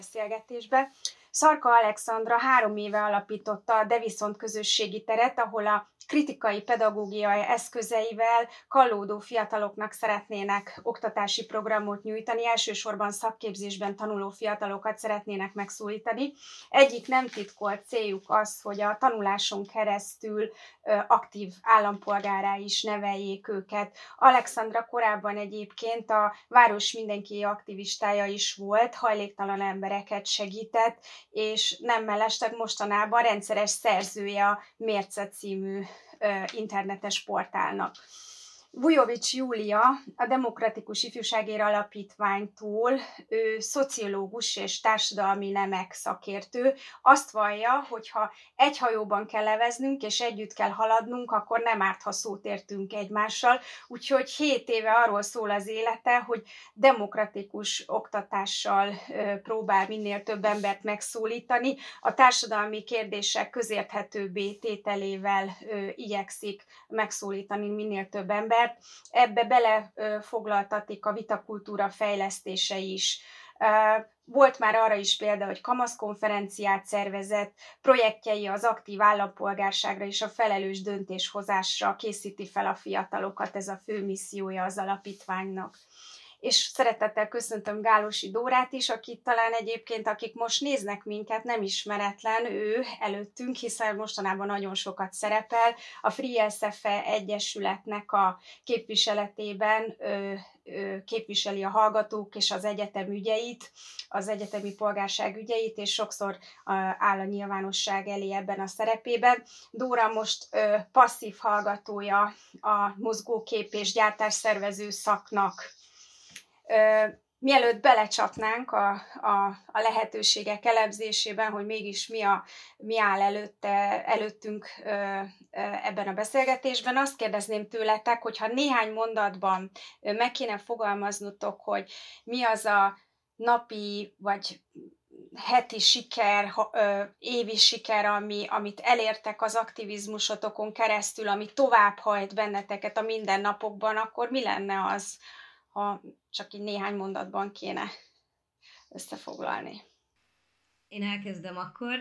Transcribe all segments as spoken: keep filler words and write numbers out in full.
beszélgetésbe. Szarka Alexandra három éve alapította a De Viszont közösségi teret, ahol a kritikai pedagógiai eszközeivel kallódó fiataloknak szeretnének oktatási programot nyújtani, elsősorban szakképzésben tanuló fiatalokat szeretnének megszólítani. Egyik nem titkolt céljuk az, hogy a tanuláson keresztül aktív állampolgárá is neveljék őket. Alexandra korábban egyébként a város mindenki aktivistája is volt, hajléktalan embereket segített, és nem mellesleg mostanában rendszeres szerzője a Mérce című internetes portálnak. Vujovics Júlia a Demokratikus Ifjúságért Alapítványtól, ő szociológus és társadalmi nemek szakértő. Azt vallja, hogy ha egy hajóban kell leveznünk és együtt kell haladnunk, akkor nem árt, ha szót értünk egymással. Úgyhogy hét éve arról szól az élete, hogy demokratikus oktatással próbál minél több embert megszólítani. A társadalmi kérdések közérthetőbbé tételével igyekszik megszólítani minél több embert. Ebbe belefoglaltatik a vitakultúra fejlesztése is. Volt már arra is példa, hogy kamaszkonferenciát szervezett, projektjei az aktív állampolgárságra és a felelős döntéshozásra készíti fel a fiatalokat, ez a fő missziója az alapítványnak. És szeretettel köszöntöm Gálosi Dórát is, akit talán egyébként, akik most néznek minket, nem ismeretlen ő előttünk, hiszen mostanában nagyon sokat szerepel. A Free es ef e Egyesületnek a képviseletében ö, ö, képviseli a hallgatók és az egyetem ügyeit, az egyetemi polgárság ügyeit, és sokszor ö, áll a nyilvánosság elé ebben a szerepében. Dóra most ö, passzív hallgatója a mozgókép és gyártásszervező szaknak. Mielőtt belecsapnánk a, a, a lehetőségek elemzésében, hogy mégis mi, a, mi áll előtte, előttünk ebben a beszélgetésben, azt kérdezném tőletek, hogyha néhány mondatban meg kéne fogalmaznotok, hogy mi az a napi vagy heti siker, évi siker, ami, amit elértek az aktivizmusotokon keresztül, ami továbbhajt benneteket a mindennapokban, akkor mi lenne az, ha csak így néhány mondatban kéne összefoglalni. Én elkezdem akkor.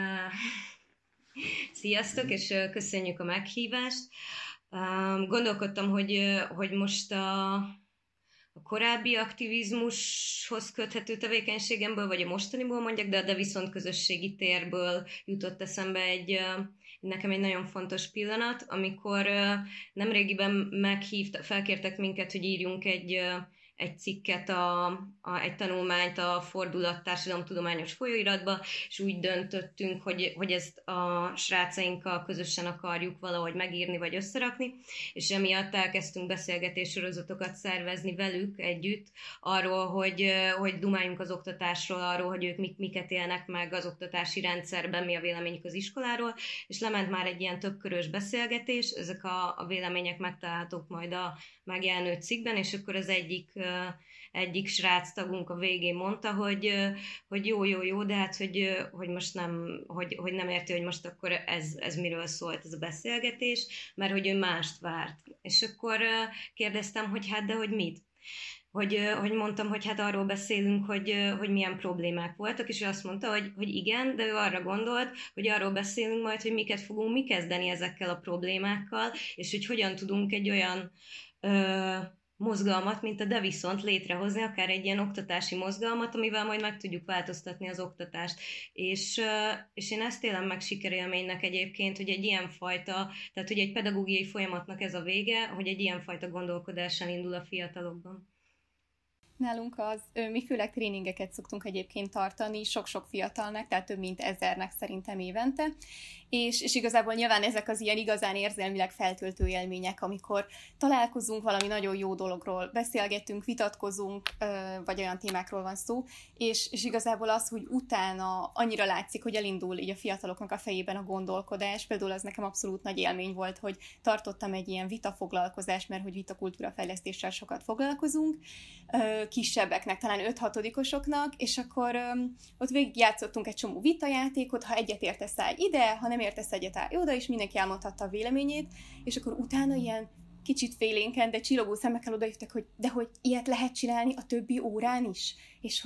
Sziasztok, és köszönjük a meghívást. Gondolkodtam, hogy, hogy most a, a korábbi aktivizmushoz köthető tevékenységemből, vagy a mostaniból mondjak, de, de viszont közösségi térből jutott eszembe egy... Nekem egy nagyon fontos pillanat, amikor nemrégiben meghívta, felkértek minket, hogy írjunk egy, egy cikket, a, a, egy tanulmányt a Fordulat társadalomtudományos folyóiratba, és úgy döntöttünk, hogy, hogy ezt a srácainkkal közösen akarjuk valahogy megírni, vagy összerakni, és emiatt elkezdtünk beszélgetéssorozatokat szervezni velük együtt, arról, hogy, hogy dumáljunk az oktatásról, arról, hogy ők mik, miket élnek meg az oktatási rendszerben, mi a véleményük az iskoláról, és lement már egy ilyen többkörös beszélgetés, ezek a, a vélemények megtalálhatók majd a megjelenő cikkben, és akkor az egyik egyik srác tagunk a végén mondta, hogy, hogy jó, jó, jó, de hát, hogy, hogy most nem, hogy, hogy nem érti, hogy most akkor ez, ez miről szólt ez a beszélgetés, mert hogy ő mást várt. És akkor kérdeztem, hogy hát, de hogy mit? Hogy, hogy mondtam, hogy hát arról beszélünk, hogy, hogy milyen problémák voltak, és ő azt mondta, hogy, hogy igen, de ő arra gondolt, hogy arról beszélünk majd, hogy miket fogunk mi kezdeni ezekkel a problémákkal, és hogy hogyan tudunk egy olyan ö, mozgalmat, mint a De Viszont létrehozni, akár egy ilyen oktatási mozgalmat, amivel majd meg tudjuk változtatni az oktatást. És, és én ezt élem meg sikerélménynek egyébként, hogy egy ilyenfajta, tehát hogy egy pedagógiai folyamatnak ez a vége, hogy egy ilyenfajta gondolkodással indul a fiatalokban. Nálunk az, mi főleg tréningeket szoktunk egyébként tartani sok-sok fiatalnak, tehát több mint ezernek szerintem évente, és, és igazából nyilván ezek az ilyen igazán érzelmileg feltöltő élmények, amikor találkozunk valami nagyon jó dologról, beszélgetünk, vitatkozunk, vagy olyan témákról van szó, és, és igazából az, hogy utána annyira látszik, hogy elindul így a fiataloknak a fejében a gondolkodás, például az nekem abszolút nagy élmény volt, hogy tartottam egy ilyen vitafoglalkozást, mert hogy vitakultúra fejlesztéssel sokat foglalkozunk, kisebbeknek, talán öt-hatodikosoknak, és akkor öm, ott végig játszottunk egy csomó vitajátékot, ha egyet értesz, állj ide, ha nem értesz egyet, állj oda, és mindenki elmondhatta a véleményét, és akkor utána ilyen kicsit félénken, de csillogó szemekkel odajöttek, hogy de hogy ilyet lehet csinálni a többi órán is, és hogy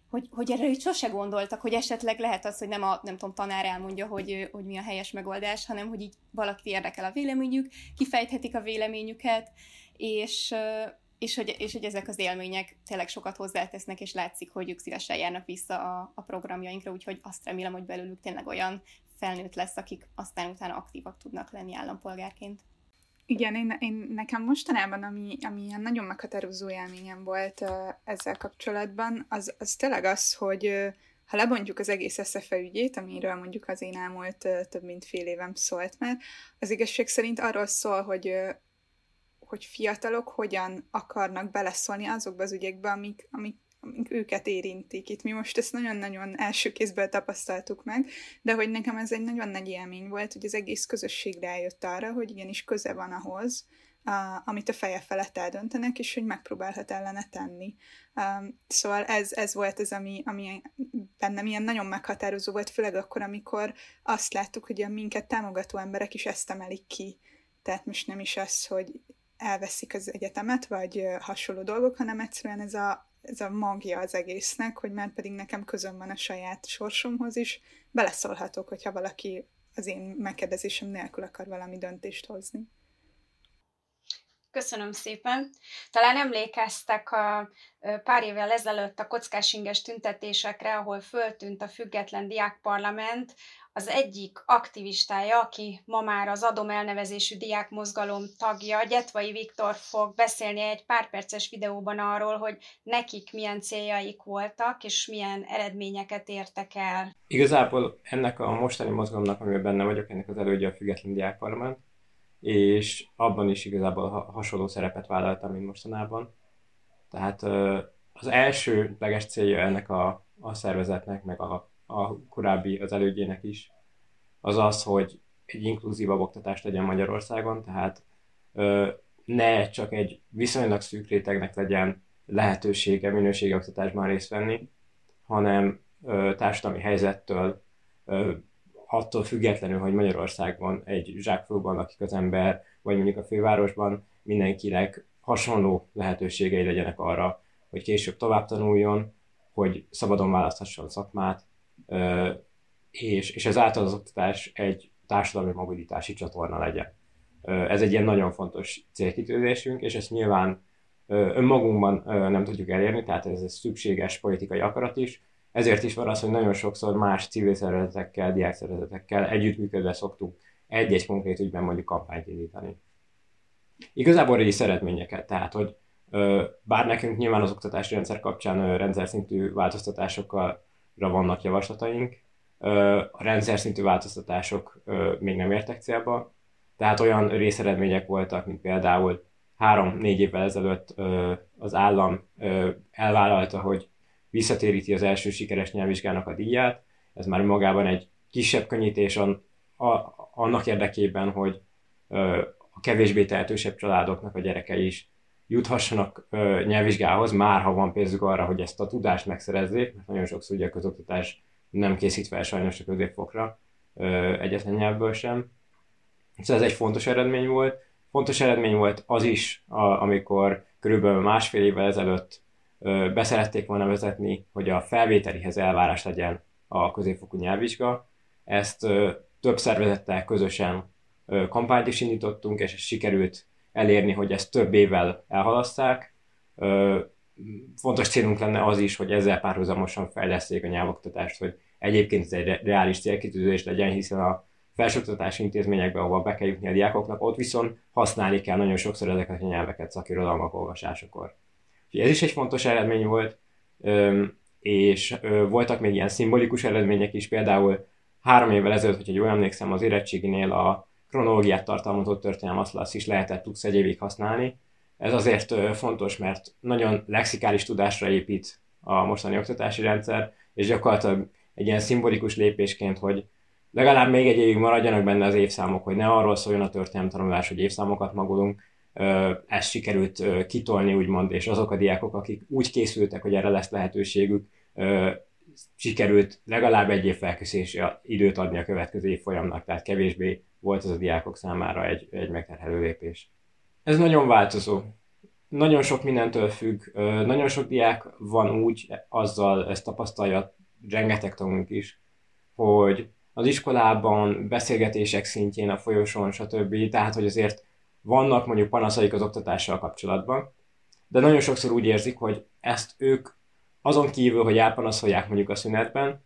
hogy, hogy erre itt sose gondoltak, hogy esetleg lehet az, hogy nem a nem tudom, tanár elmondja, hogy, hogy mi a helyes megoldás, hanem hogy így valaki érdekel a véleményük, kifejthetik a véleményüket, és, és, hogy, és hogy ezek az élmények tényleg sokat hozzátesznek, és látszik, hogy ők szívesen járnak vissza a, a programjainkra, úgyhogy azt remélem, hogy belőlük tényleg olyan felnőtt lesz, akik aztán utána aktívak tudnak lenni állampolgárként. Igen, én, én nekem mostanában, ami, ami ilyen nagyon meghatározó élményem volt uh, ezzel kapcsolatban, az, az tényleg az, hogy uh, ha lebontjuk az egész es ef e ügyét, amiről mondjuk az én elmúlt uh, több mint fél évem szólt már, az igazság szerint arról szól, hogy, uh, hogy fiatalok hogyan akarnak beleszólni azokba az ügyekbe, amik, amik amik őket érintik. Itt mi most ezt nagyon-nagyon első kézből tapasztaltuk meg, de hogy nekem ez egy nagyon nagy élmény volt, hogy az egész közösség rájött arra, hogy igenis köze van ahhoz, a, amit a feje felett eldöntenek, és hogy megpróbálhat ellene tenni. Um, szóval ez, ez volt az, ami, ami bennem ilyen nagyon meghatározó volt, főleg akkor, amikor azt láttuk, hogy a minket támogató emberek is ezt emelik ki. Tehát most nem is az, hogy elveszik az egyetemet, vagy hasonló dolgok, hanem egyszerűen ez a ez a magja az egésznek, hogy már pedig nekem közöm van a saját sorsomhoz is, beleszólhatok, hogyha valaki az én megkérdezésem nélkül akar valami döntést hozni. Köszönöm szépen. Talán emlékeztek a pár évvel ezelőtt a kockásinges tüntetésekre, ahol föltűnt a Független Diákparlament, az egyik aktivistája, aki ma már az Adom elnevezésű diákmozgalom tagja, Gyetvai Viktor fog beszélni egy pár perces videóban arról, hogy nekik milyen céljaik voltak, és milyen eredményeket értek el. Igazából ennek a mostani mozgalomnak, amiben benne vagyok, ennek az elődje a Független Diákparlament, és abban is igazából hasonló szerepet vállaltam, mint mostanában. Tehát az elsődleges célja ennek a, a szervezetnek, meg a, a korábbi, az elődjének is, az az, hogy egy inkluzívabb oktatást legyen Magyarországon, tehát ne csak egy viszonylag szűk rétegnek legyen lehetősége minőségi oktatásban részt venni, hanem társadalmi helyzettől, attól függetlenül, hogy Magyarországon egy zsákfaluban lakik az ember, vagy mondjuk a fővárosban, mindenkinek hasonló lehetőségei legyenek arra, hogy később tovább tanuljon, hogy szabadon választhasson szakmát, és, és ezáltal az oktatás egy társadalmi mobilitási csatorna legyen. Ez egy ilyen nagyon fontos célkitűzésünk, és ezt nyilván önmagunkban nem tudjuk elérni, tehát ez egy szükséges politikai akarat is. Ezért is van az, hogy nagyon sokszor más civil szervezetekkel, diákszervezetekkel együttműködve szoktunk egy-egy konkrét ügyben mondjuk kampányt indítani. Igazából rész eredményeket, tehát hogy bár nekünk nyilván az oktatási rendszer kapcsán rendszer szintű változtatásokra vannak javaslataink, a rendszer szintű változtatások még nem értek célba, tehát olyan részeredmények voltak, mint például három-négy évvel ezelőtt az állam elvállalta, hogy visszatéríti az első sikeres nyelvvizsgának a díját. Ez már magában egy kisebb könnyítés annak érdekében, hogy a kevésbé tehetősebb családoknak a gyerekei is juthassanak nyelvvizsgához, már ha van pénzük arra, hogy ezt a tudást megszerezzék, mert nagyon sokszor ugye a közoktatás nem készít fel sajnos a középfokra egyetlen nyelvből sem. Szóval ez egy fontos eredmény volt. Fontos eredmény volt az is, amikor körülbelül másfél évvel ezelőtt beszerették volna vezetni, hogy a felvételihez elvárás legyen a középfokú nyelvvizsga. Ezt több szervezettel közösen kampányt is indítottunk, és sikerült elérni, hogy ezt több évvel elhalasszák. Fontos célunk lenne az is, hogy ezzel párhuzamosan fejleszték a nyelvoktatást, hogy egyébként ez egy reális célkitűzés legyen, hiszen a felsőoktatási intézményekben, ahol be kell jutni a diákoknak, ott viszont használni kell nagyon sokszor ezeket a nyelveket szakirodalmak olvasásakor. Ez is egy fontos eredmény volt, és voltak még ilyen szimbolikus eredmények is, például három évvel ezelőtt, hogy jól emlékszem, az érettséginél a kronológiát tartalmazó történelmi atlasz is lehetett tudsz egy évig használni. Ez azért fontos, mert nagyon lexikális tudásra épít a mostani oktatási rendszer, és gyakorlatilag egy ilyen szimbolikus lépésként, hogy legalább még egy évig maradjanak benne az évszámok, hogy ne arról szóljon a történelmi tanulás, hogy évszámokat magolunk. Ezt sikerült kitolni, úgymond, és azok a diákok, akik úgy készültek, hogy erre lesz lehetőségük, sikerült legalább egy év felkészülési időt adni a következő évfolyamnak, tehát kevésbé volt az a diákok számára egy, egy megterhelő lépés. Ez nagyon változó. nagyon sok mindentől függ, nagyon sok diák van úgy, azzal ezt tapasztalja rengeteg tanunk is, hogy az iskolában, beszélgetések szintjén, a folyosón, stb. Tehát, hogy azért vannak mondjuk panaszaik az oktatással kapcsolatban, de nagyon sokszor úgy érzik, hogy ezt ők azon kívül, hogy elpanaszolják mondjuk a szünetben,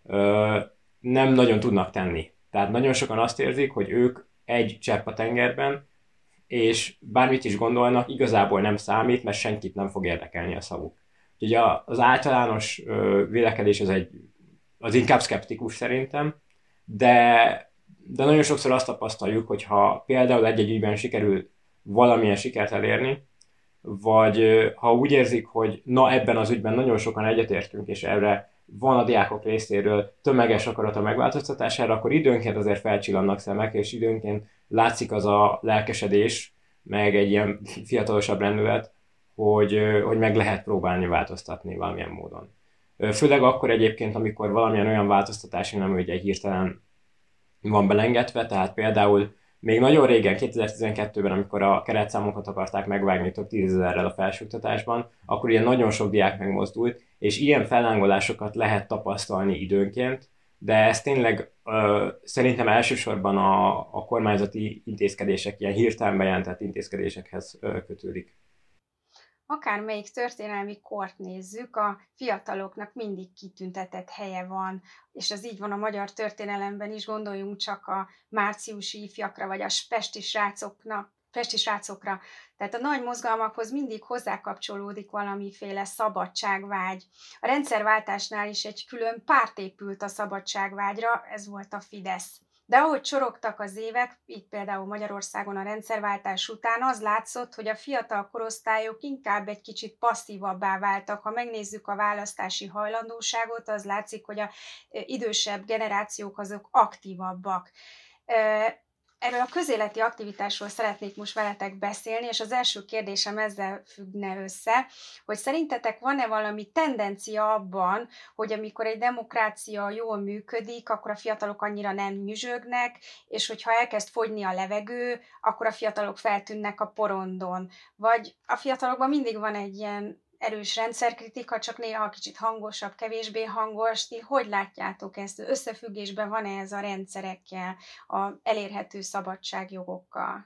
nem nagyon tudnak tenni. Tehát nagyon sokan azt érzik, hogy ők egy csepp a tengerben, és bármit is gondolnak, igazából nem számít, mert senkit nem fog érdekelni a szavuk. Ugye az általános vélekedés az, egy, az inkább szkeptikus szerintem, de, de nagyon sokszor azt tapasztaljuk, hogy ha például egy-egy ügyben sikerül valamilyen sikert elérni, vagy ha úgy érzik, hogy na ebben az ügyben nagyon sokan egyetértünk, és erre van a diákok részéről tömeges akarat a megváltoztatására, akkor időnként azért felcsillannak szemek, és időnként látszik az a lelkesedés, meg egy ilyen fiatalosabb rendület, hogy, hogy meg lehet próbálni változtatni valamilyen módon. Főleg akkor egyébként, amikor valamilyen olyan változtatás, nem ugye hirtelen van belengedve, tehát például még nagyon régen, kétezer-tizenkettőben, amikor a keretszámokat akarták megvágni több tízezerrel a felsőoktatásban, akkor ilyen nagyon sok diák megmozdult, és ilyen fellángolásokat lehet tapasztalni időnként, de ez tényleg ö, szerintem elsősorban a, a kormányzati intézkedések, ilyen hirtelen bejelentett intézkedésekhez ö, kötődik. Akármelyik történelmi kort nézzük, a fiataloknak mindig kitüntetett helye van, és ez így van a magyar történelemben is, gondoljunk csak a márciusi ifjakra, vagy a pesti srácoknak, pesti srácokra. Tehát a nagy mozgalmakhoz mindig hozzákapcsolódik valamiféle szabadságvágy. A rendszerváltásnál is egy külön párt épült a szabadságvágyra, ez volt a Fidesz. De ahogy csorogtak az évek, így például Magyarországon a rendszerváltás után az látszott, hogy a fiatal korosztályok inkább egy kicsit passzívabbá váltak. Ha megnézzük a választási hajlandóságot, az látszik, hogy a idősebb generációk azok aktívabbak. Erről a közéleti aktivitásról szeretnék most veletek beszélni, és az első kérdésem ezzel függne össze, hogy szerintetek van-e valami tendencia abban, hogy amikor egy demokrácia jól működik, akkor a fiatalok annyira nem nyüzsögnek, és hogyha elkezd fogyni a levegő, akkor a fiatalok feltűnnek a porondon. Vagy a fiatalokban mindig van egy ilyen erős rendszerkritika, csak néha kicsit hangosabb, kevésbé hangos. Ti hogy látjátok ezt? Összefüggésben van-e ez a rendszerekkel, a elérhető szabadságjogokkal?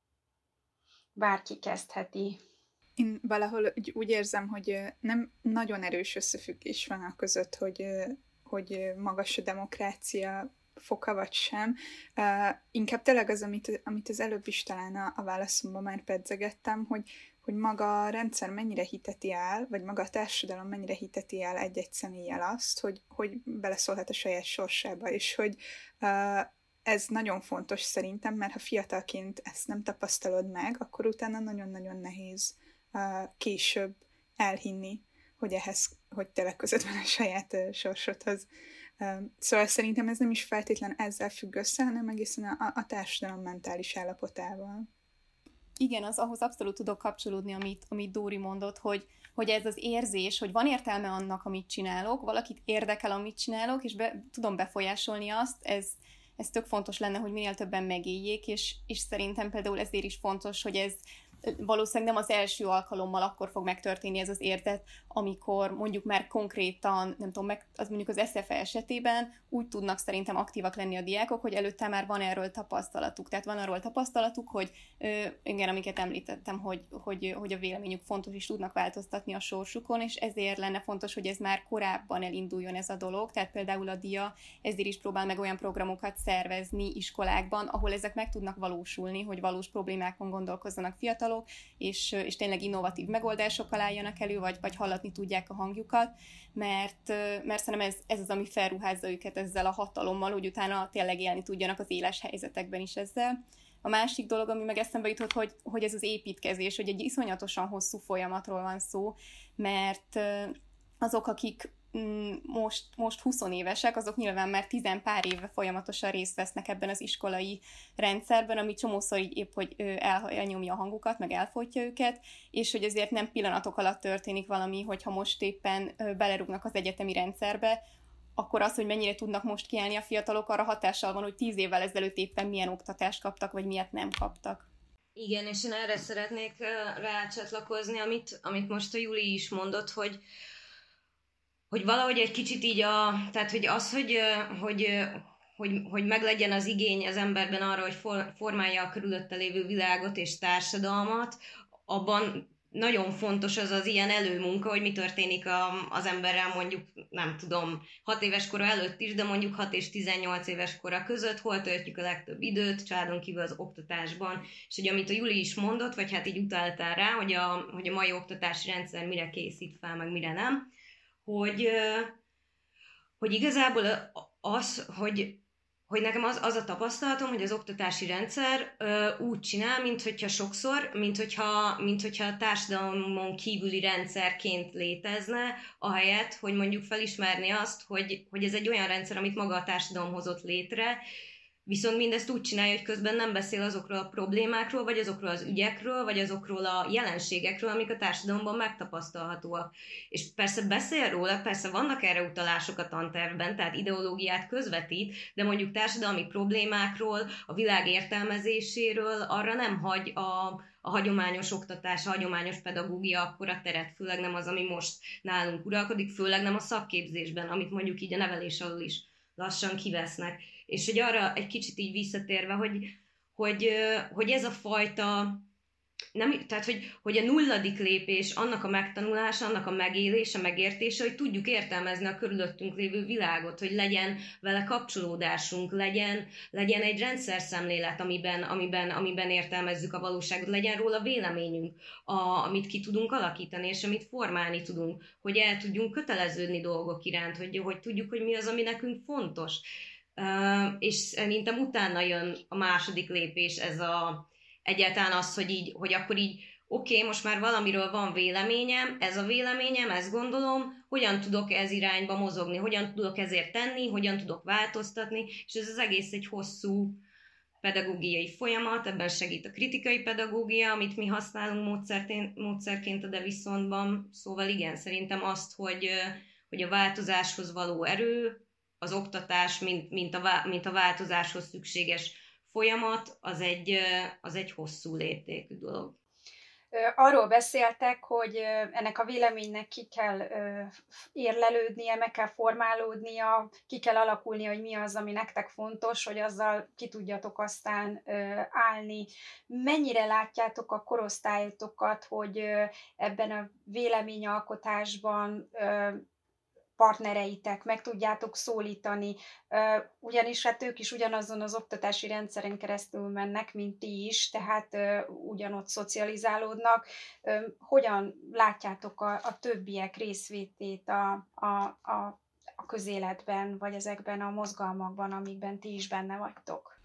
Bárki kezdheti. Én valahol úgy érzem, hogy nem nagyon erős összefüggés van a között, hogy, hogy magas a demokrácia foka vagy sem. Uh, inkább tényleg az, amit, amit az előbb is talán a, a válaszomban már pedzegettem, hogy, hogy maga a rendszer mennyire hiteti el, vagy maga a társadalom mennyire hiteti el egy-egy személlyel azt, hogy, hogy beleszólhat a saját sorsába, és hogy uh, ez nagyon fontos szerintem, mert ha fiatalként ezt nem tapasztalod meg, akkor utána nagyon-nagyon nehéz uh, később elhinni, hogy ehhez, hogy tényleg között van a saját uh, sorsodhoz. Szóval szerintem ez nem is feltétlen ezzel függ össze, hanem egészen a, a társadalom mentális állapotával. Igen, az ahhoz abszolút tudok kapcsolódni, amit, amit Dóri mondott, hogy, hogy ez az érzés, hogy van értelme annak, amit csinálok, valakit érdekel, amit csinálok, és be, tudom befolyásolni azt, ez, ez tök fontos lenne, hogy minél többen megéljék, és, és szerintem például ezért is fontos, hogy ez valószínűleg nem az első alkalommal akkor fog megtörténni ez az érzet, amikor mondjuk már konkrétan, nem tudom, meg, az mondjuk az es ef e esetében úgy tudnak szerintem aktívak lenni a diákok, hogy előtte már van erről tapasztalatuk. Tehát van arról tapasztalatuk, hogy ö, igen, amiket említettem, hogy, hogy, hogy a véleményük fontos, és tudnak változtatni a sorsukon, és ezért lenne fontos, hogy ez már korábban elinduljon ez a dolog. Tehát például a DIA ezért is próbál meg olyan programokat szervezni iskolákban, ahol ezek meg tudnak valósulni, hogy valós problémákon gondolkozzanak fiatalok, és, és tényleg innovatív megoldásokkal álljanak elő, vagy, vagy hallatni tudják a hangjukat, mert, mert szerintem ez, ez az, ami felruházza őket ezzel a hatalommal, hogy utána tényleg élni tudjanak az éles helyzetekben is ezzel. A másik dolog, ami meg eszembe jutott, hogy, hogy ez az építkezés, hogy egy iszonyatosan hosszú folyamatról van szó, mert azok, akik most, most húsz évesek, azok nyilván már tizen pár éve folyamatosan részt vesznek ebben az iskolai rendszerben, ami csomószor így épp, hogy el, elnyomja a hangukat, meg elfolytja őket, és hogy ezért nem pillanatok alatt történik valami, hogyha most éppen belerúgnak az egyetemi rendszerbe, akkor az, hogy mennyire tudnak most kiállni a fiatalok, arra hatással van, hogy tíz évvel ezelőtt éppen milyen oktatást kaptak, vagy miért nem kaptak. Igen, és én erre szeretnék rácsatlakozni, amit, amit most a Juli is mondott, hogy, hogy valahogy egy kicsit így a, tehát hogy az, hogy, hogy, hogy, hogy meglegyen az igény az emberben arra, hogy for, formálja a körülötte lévő világot és társadalmat, abban nagyon fontos az az ilyen előmunka, hogy mi történik a, az emberrel mondjuk, nem tudom, hat éves kora előtt is, de mondjuk hat és tizennyolc éves kora között, hol töltjük a legtöbb időt, családon kívül az oktatásban, és hogy amit a Juli is mondott, vagy hát így utaltál rá, hogy a, hogy a mai oktatási rendszer mire készít fel, meg mire nem, hogy, hogy igazából az, hogy hogy nekem az, az a tapasztalatom, hogy az oktatási rendszer ö, úgy csinál, mint hogyha sokszor, mint hogyha, mint hogyha a társadalmon kívüli rendszerként létezne, ahelyett, hogy mondjuk felismerni azt, hogy, hogy ez egy olyan rendszer, amit maga a társadalom hozott létre, viszont mindezt úgy csinálja, hogy közben nem beszél azokról a problémákról, vagy azokról az ügyekről, vagy azokról a jelenségekről, amik a társadalomban megtapasztalhatóak. És persze beszél róla, persze vannak erre utalások a tantervben, tehát ideológiát közvetít, de mondjuk társadalmi problémákról, a világ értelmezéséről arra nem hagy a, a hagyományos oktatás, a hagyományos pedagógia akkora teret, főleg nem az, ami most nálunk uralkodik, főleg nem a szakképzésben, amit mondjuk így a nevelés alól is lassan kivesznek. És hogy arra egy kicsit így visszatérve, hogy, hogy, hogy ez a fajta, nem, tehát hogy, hogy a nulladik lépés, annak a megtanulása, annak a megélése, megértése, hogy tudjuk értelmezni a körülöttünk lévő világot, hogy legyen vele kapcsolódásunk, legyen, legyen egy rendszerszemlélet, amiben, amiben, amiben értelmezzük a valóságot, legyen róla véleményünk, a, amit ki tudunk alakítani, és amit formálni tudunk, hogy el tudjunk köteleződni dolgok iránt, hogy, hogy tudjuk, hogy mi az, ami nekünk fontos. Uh, és szerintem utána jön a második lépés, ez a, egyáltalán az, hogy, így, hogy akkor így oké, okay, most már valamiről van véleményem, ez a véleményem, ezt gondolom, hogyan tudok ez irányba mozogni, hogyan tudok ezért tenni, hogyan tudok változtatni, és ez az egész egy hosszú pedagógiai folyamat, ebben segít a kritikai pedagógia, amit mi használunk módszerként a Devisontban, szóval igen, szerintem azt, hogy, hogy a változáshoz való erő, az oktatás, mint, mint, a, mint a változáshoz szükséges folyamat, az egy, az egy hosszú léptékű dolog. Arról beszéltek, hogy ennek a véleménynek ki kell érlelődnie, meg kell formálódnia, ki kell alakulnia, hogy mi az, ami nektek fontos, hogy azzal ki tudjatok aztán állni. Mennyire látjátok a korosztályotokat, hogy ebben a véleményalkotásban partnereitek, meg tudjátok szólítani, ugyanis hát ők is ugyanazon az oktatási rendszeren keresztül mennek, mint ti is, tehát ugyanott szocializálódnak. Hogyan látjátok a, a többiek részvétét a, a, a, a közéletben, vagy ezekben a mozgalmakban, amikben ti is benne vagytok?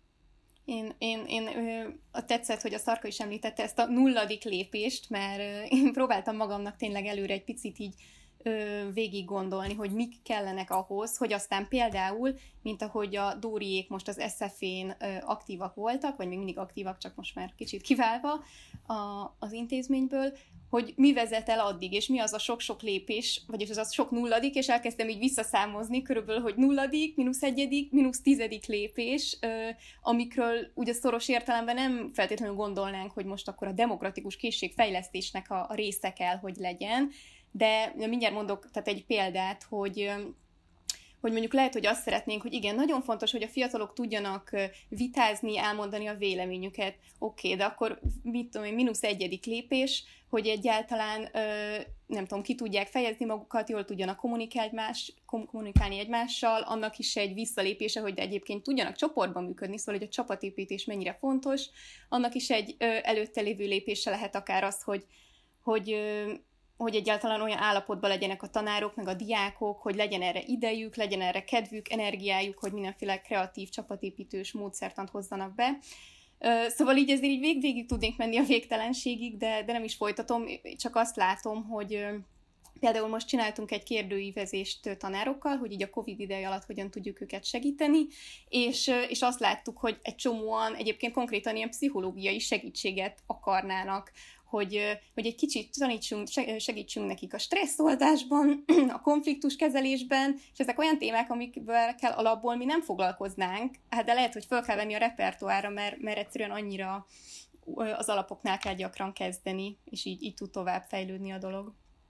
Én, én, én ö, tetszett, hogy a Szarka is említette ezt a nulladik lépést, mert ö, én próbáltam magamnak tényleg előre egy picit így végig gondolni, hogy mik kellenek ahhoz, hogy aztán például, mint ahogy a Dóriék most az es ef én aktívak voltak, vagy még mindig aktívak, csak most már kicsit kiválva a, az intézményből, hogy mi vezet el addig, és mi az a sok-sok lépés, vagyis az a sok nulladik, és elkezdtem így visszaszámozni körülbelül, hogy nulladik, mínusz egyedik, mínusz tizedik lépés, amikről ugye szoros értelemben nem feltétlenül gondolnánk, hogy most akkor a demokratikus készségfejlesztésnek a, a része kell, hogy legyen, de mindjárt mondok tehát egy példát, hogy, hogy mondjuk lehet, hogy azt szeretnénk, hogy igen, nagyon fontos, hogy a fiatalok tudjanak vitázni, elmondani a véleményüket. Oké, okay, de akkor mit tudom én, mínusz egyedik lépés, hogy egyáltalán nem tudom, ki tudják fejezni magukat, jól tudjanak kommunikálni, egymás, kommunikálni egymással, annak is egy visszalépése, hogy de egyébként tudjanak csoportban működni, szóval hogy a csapatépítés mennyire fontos, annak is egy előtte lévő lépése lehet akár az, hogy, hogy hogy egyáltalán olyan állapotban legyenek a tanárok, meg a diákok, hogy legyen erre idejük, legyen erre kedvük, energiájuk, hogy mindenféle kreatív, csapatépítős módszertant hozzanak be. Szóval így ezért így vég, végig tudnék menni a végtelenségig, de, de nem is folytatom, csak azt látom, hogy például most csináltunk egy kérdőívezést tanárokkal, hogy így a Covid ideje alatt hogyan tudjuk őket segíteni, és, és azt láttuk, hogy egy csomóan egyébként konkrétan ilyen pszichológiai segítséget akarnának, hogy, hogy egy kicsit tanítsunk, segítsünk nekik a stresszoldásban, a konfliktus kezelésben, és ezek olyan témák, amikkel alapból mi nem foglalkoznánk, hát de lehet, hogy fel kell venni a repertoárra, mert, mert egyszerűen annyira az alapoknál kell gyakran kezdeni, és így, így tud tovább fejlődni a dolog.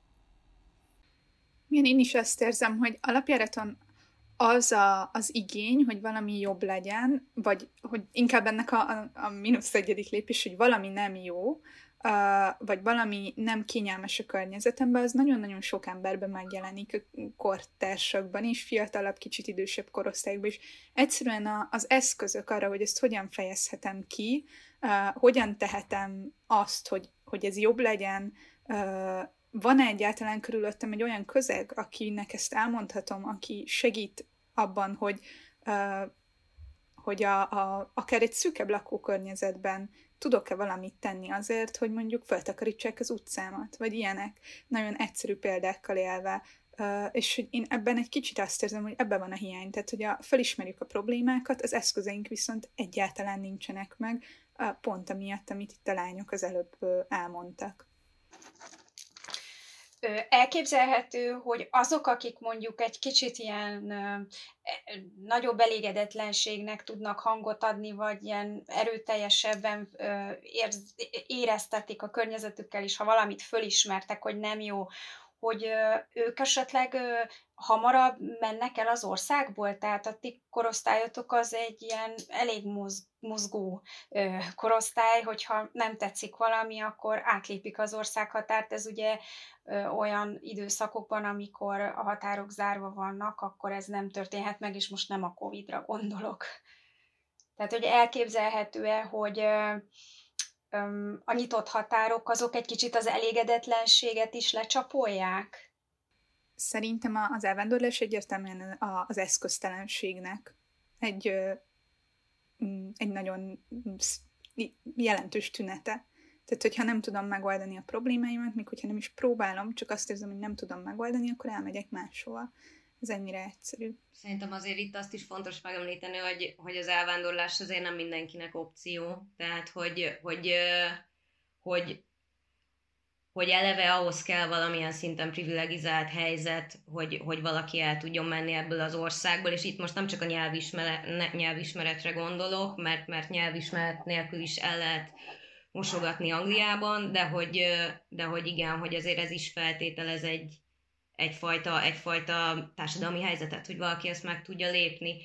Igen, én is azt érzem, hogy alapjáraton az a, az igény, hogy valami jobb legyen, vagy hogy inkább ennek a, a, a mínusz egyedik lépés, hogy valami nem jó, uh, vagy valami nem kényelmes a környezetemben, az nagyon-nagyon sok emberben megjelenik, kortársakban is, fiatalabb, kicsit idősebb korosztályokban is. Egyszerűen a, az eszközök arra, hogy ezt hogyan fejezhetem ki, uh, hogyan tehetem azt, hogy, hogy ez jobb legyen, uh, van-e egyáltalán körülöttem egy olyan közeg, akinek ezt elmondhatom, aki segít abban, hogy, uh, hogy a, a, akár egy szűkebb lakókörnyezetben tudok-e valamit tenni azért, hogy mondjuk feltakarítsák az utcámat, vagy ilyenek, nagyon egyszerű példákkal élve. Uh, és hogy én ebben egy kicsit azt érzem, hogy ebben van a hiány, tehát hogy a, felismerjük a problémákat, az eszközeink viszont egyáltalán nincsenek meg, uh, pont amiatt, amit itt a lányok az előbb uh, elmondtak. Elképzelhető, hogy azok, akik mondjuk egy kicsit ilyen ö, nagyobb elégedetlenségnek tudnak hangot adni, vagy ilyen erőteljesebben ö, érz, éreztetik a környezetükkel is, ha valamit fölismertek, hogy nem jó, hogy ö, ők esetleg ö, hamarabb mennek el az országból, tehát a ti korosztályotok az egy ilyen elég moz, mozgó ö, korosztály, hogyha nem tetszik valami, akkor átlépik az országhatárt, ez ugye ö, olyan időszakokban, amikor a határok zárva vannak, akkor ez nem történhet meg, és most nem a Covidra gondolok. Tehát, hogy elképzelhető-e, hogy ö, ö, a nyitott határok azok egy kicsit az elégedetlenséget is lecsapolják? Szerintem az elvándorlás egyértelműen az eszköztelenségnek egy, egy nagyon jelentős tünete. Tehát, hogyha nem tudom megoldani a problémáimat, még hogyha nem is próbálom, csak azt érzem, hogy nem tudom megoldani, akkor elmegyek máshova. Ez ennyire egyszerű. Szerintem azért itt azt is fontos megemlíteni, hogy, hogy az elvándorlás azért nem mindenkinek opció. Tehát, hogy, hogy, hogy hogy eleve ahhoz kell valamilyen szinten privilegizált helyzet, hogy, hogy valaki el tudjon menni ebből az országból, és itt most nem csak a nyelvismeret, nyelvismeretre gondolok, mert, mert nyelvismeret nélkül is el lehet mosogatni Angliában, de hogy, de hogy igen, hogy azért ez is feltételez egy, egyfajta, egyfajta társadalmi helyzetet, hogy valaki ezt meg tudja lépni.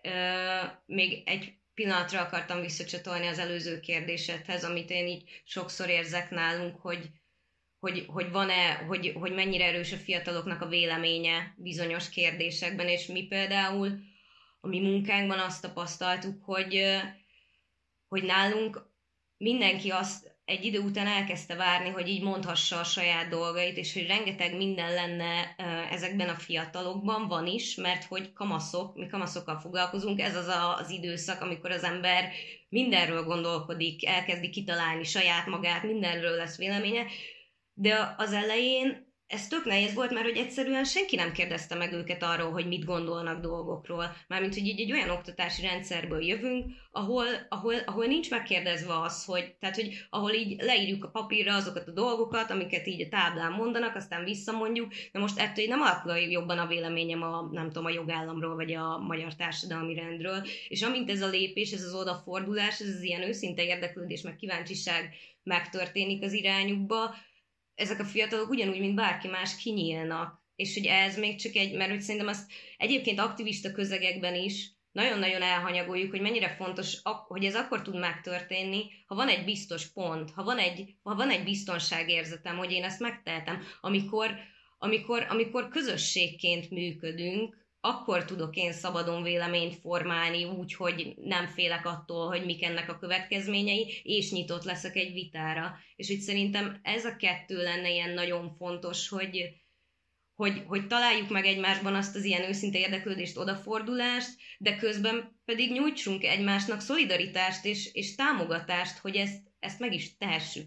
Még egy pillanatra akartam visszacsatolni az előző kérdésedhez, amit én így sokszor érzek nálunk, hogy Hogy, hogy van-e, hogy, hogy mennyire erős a fiataloknak a véleménye bizonyos kérdésekben, és mi például a mi munkánkban azt tapasztaltuk, hogy, hogy nálunk mindenki azt egy idő után elkezdte várni, hogy így mondhassa a saját dolgait, és hogy rengeteg minden lenne ezekben a fiatalokban, van is, mert hogy kamaszok, mi kamaszokkal foglalkozunk, ez az a, az időszak, amikor az ember mindenről gondolkodik, elkezdi kitalálni saját magát, mindenről lesz véleménye, de az elején ez tök nehéz volt, mert hogy egyszerűen senki nem kérdezte meg őket arról, hogy mit gondolnak dolgokról. Mármint, hogy így egy olyan oktatási rendszerből jövünk, ahol, ahol, ahol nincs megkérdezve az, hogy, tehát, hogy ahol így leírjuk a papírra azokat a dolgokat, amiket így a táblán mondanak, aztán visszamondjuk, de most ettől nem alakul jobban a véleményem a, nem tudom, a jogállamról, vagy a magyar társadalmi rendről. És amint ez a lépés, ez az odafordulás, ez az ilyen őszinte érdeklődés, meg kíváncsiság megtörténik az irányukba, ezek a fiatalok ugyanúgy, mint bárki más kinyílnak, és hogy ez még csak egy, mert hogy szerintem azt egyébként aktivista közegekben is nagyon-nagyon elhanyagoljuk, hogy mennyire fontos, hogy ez akkor tud megtörténni, ha van egy biztos pont, ha van egy, ha van egy biztonságérzetem, hogy én ezt megtehetem, amikor, amikor, amikor közösségként működünk, akkor tudok én szabadon véleményt formálni úgy, hogy nem félek attól, hogy mik ennek a következményei, és nyitott leszek egy vitára. És úgy szerintem ez a kettő lenne ilyen nagyon fontos, hogy, hogy, hogy találjuk meg egymásban azt az ilyen őszinte érdeklődést, odafordulást, de közben pedig nyújtsunk egymásnak szolidaritást és, és támogatást, hogy ezt, ezt meg is tehessük.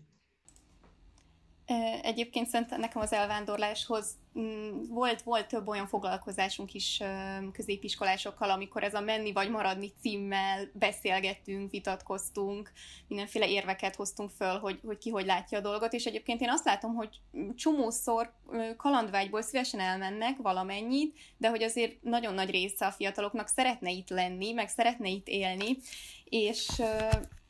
Egyébként szerintem nekem az elvándorláshoz volt, volt több olyan foglalkozásunk is középiskolásokkal, amikor ez a menni vagy maradni címmel beszélgettünk, vitatkoztunk, mindenféle érveket hoztunk föl, hogy, hogy ki hogy látja a dolgot, és egyébként én azt látom, hogy csomószor kalandvágyból szívesen elmennek valamennyit, de hogy azért nagyon nagy része a fiataloknak szeretne itt lenni, meg szeretne itt élni, és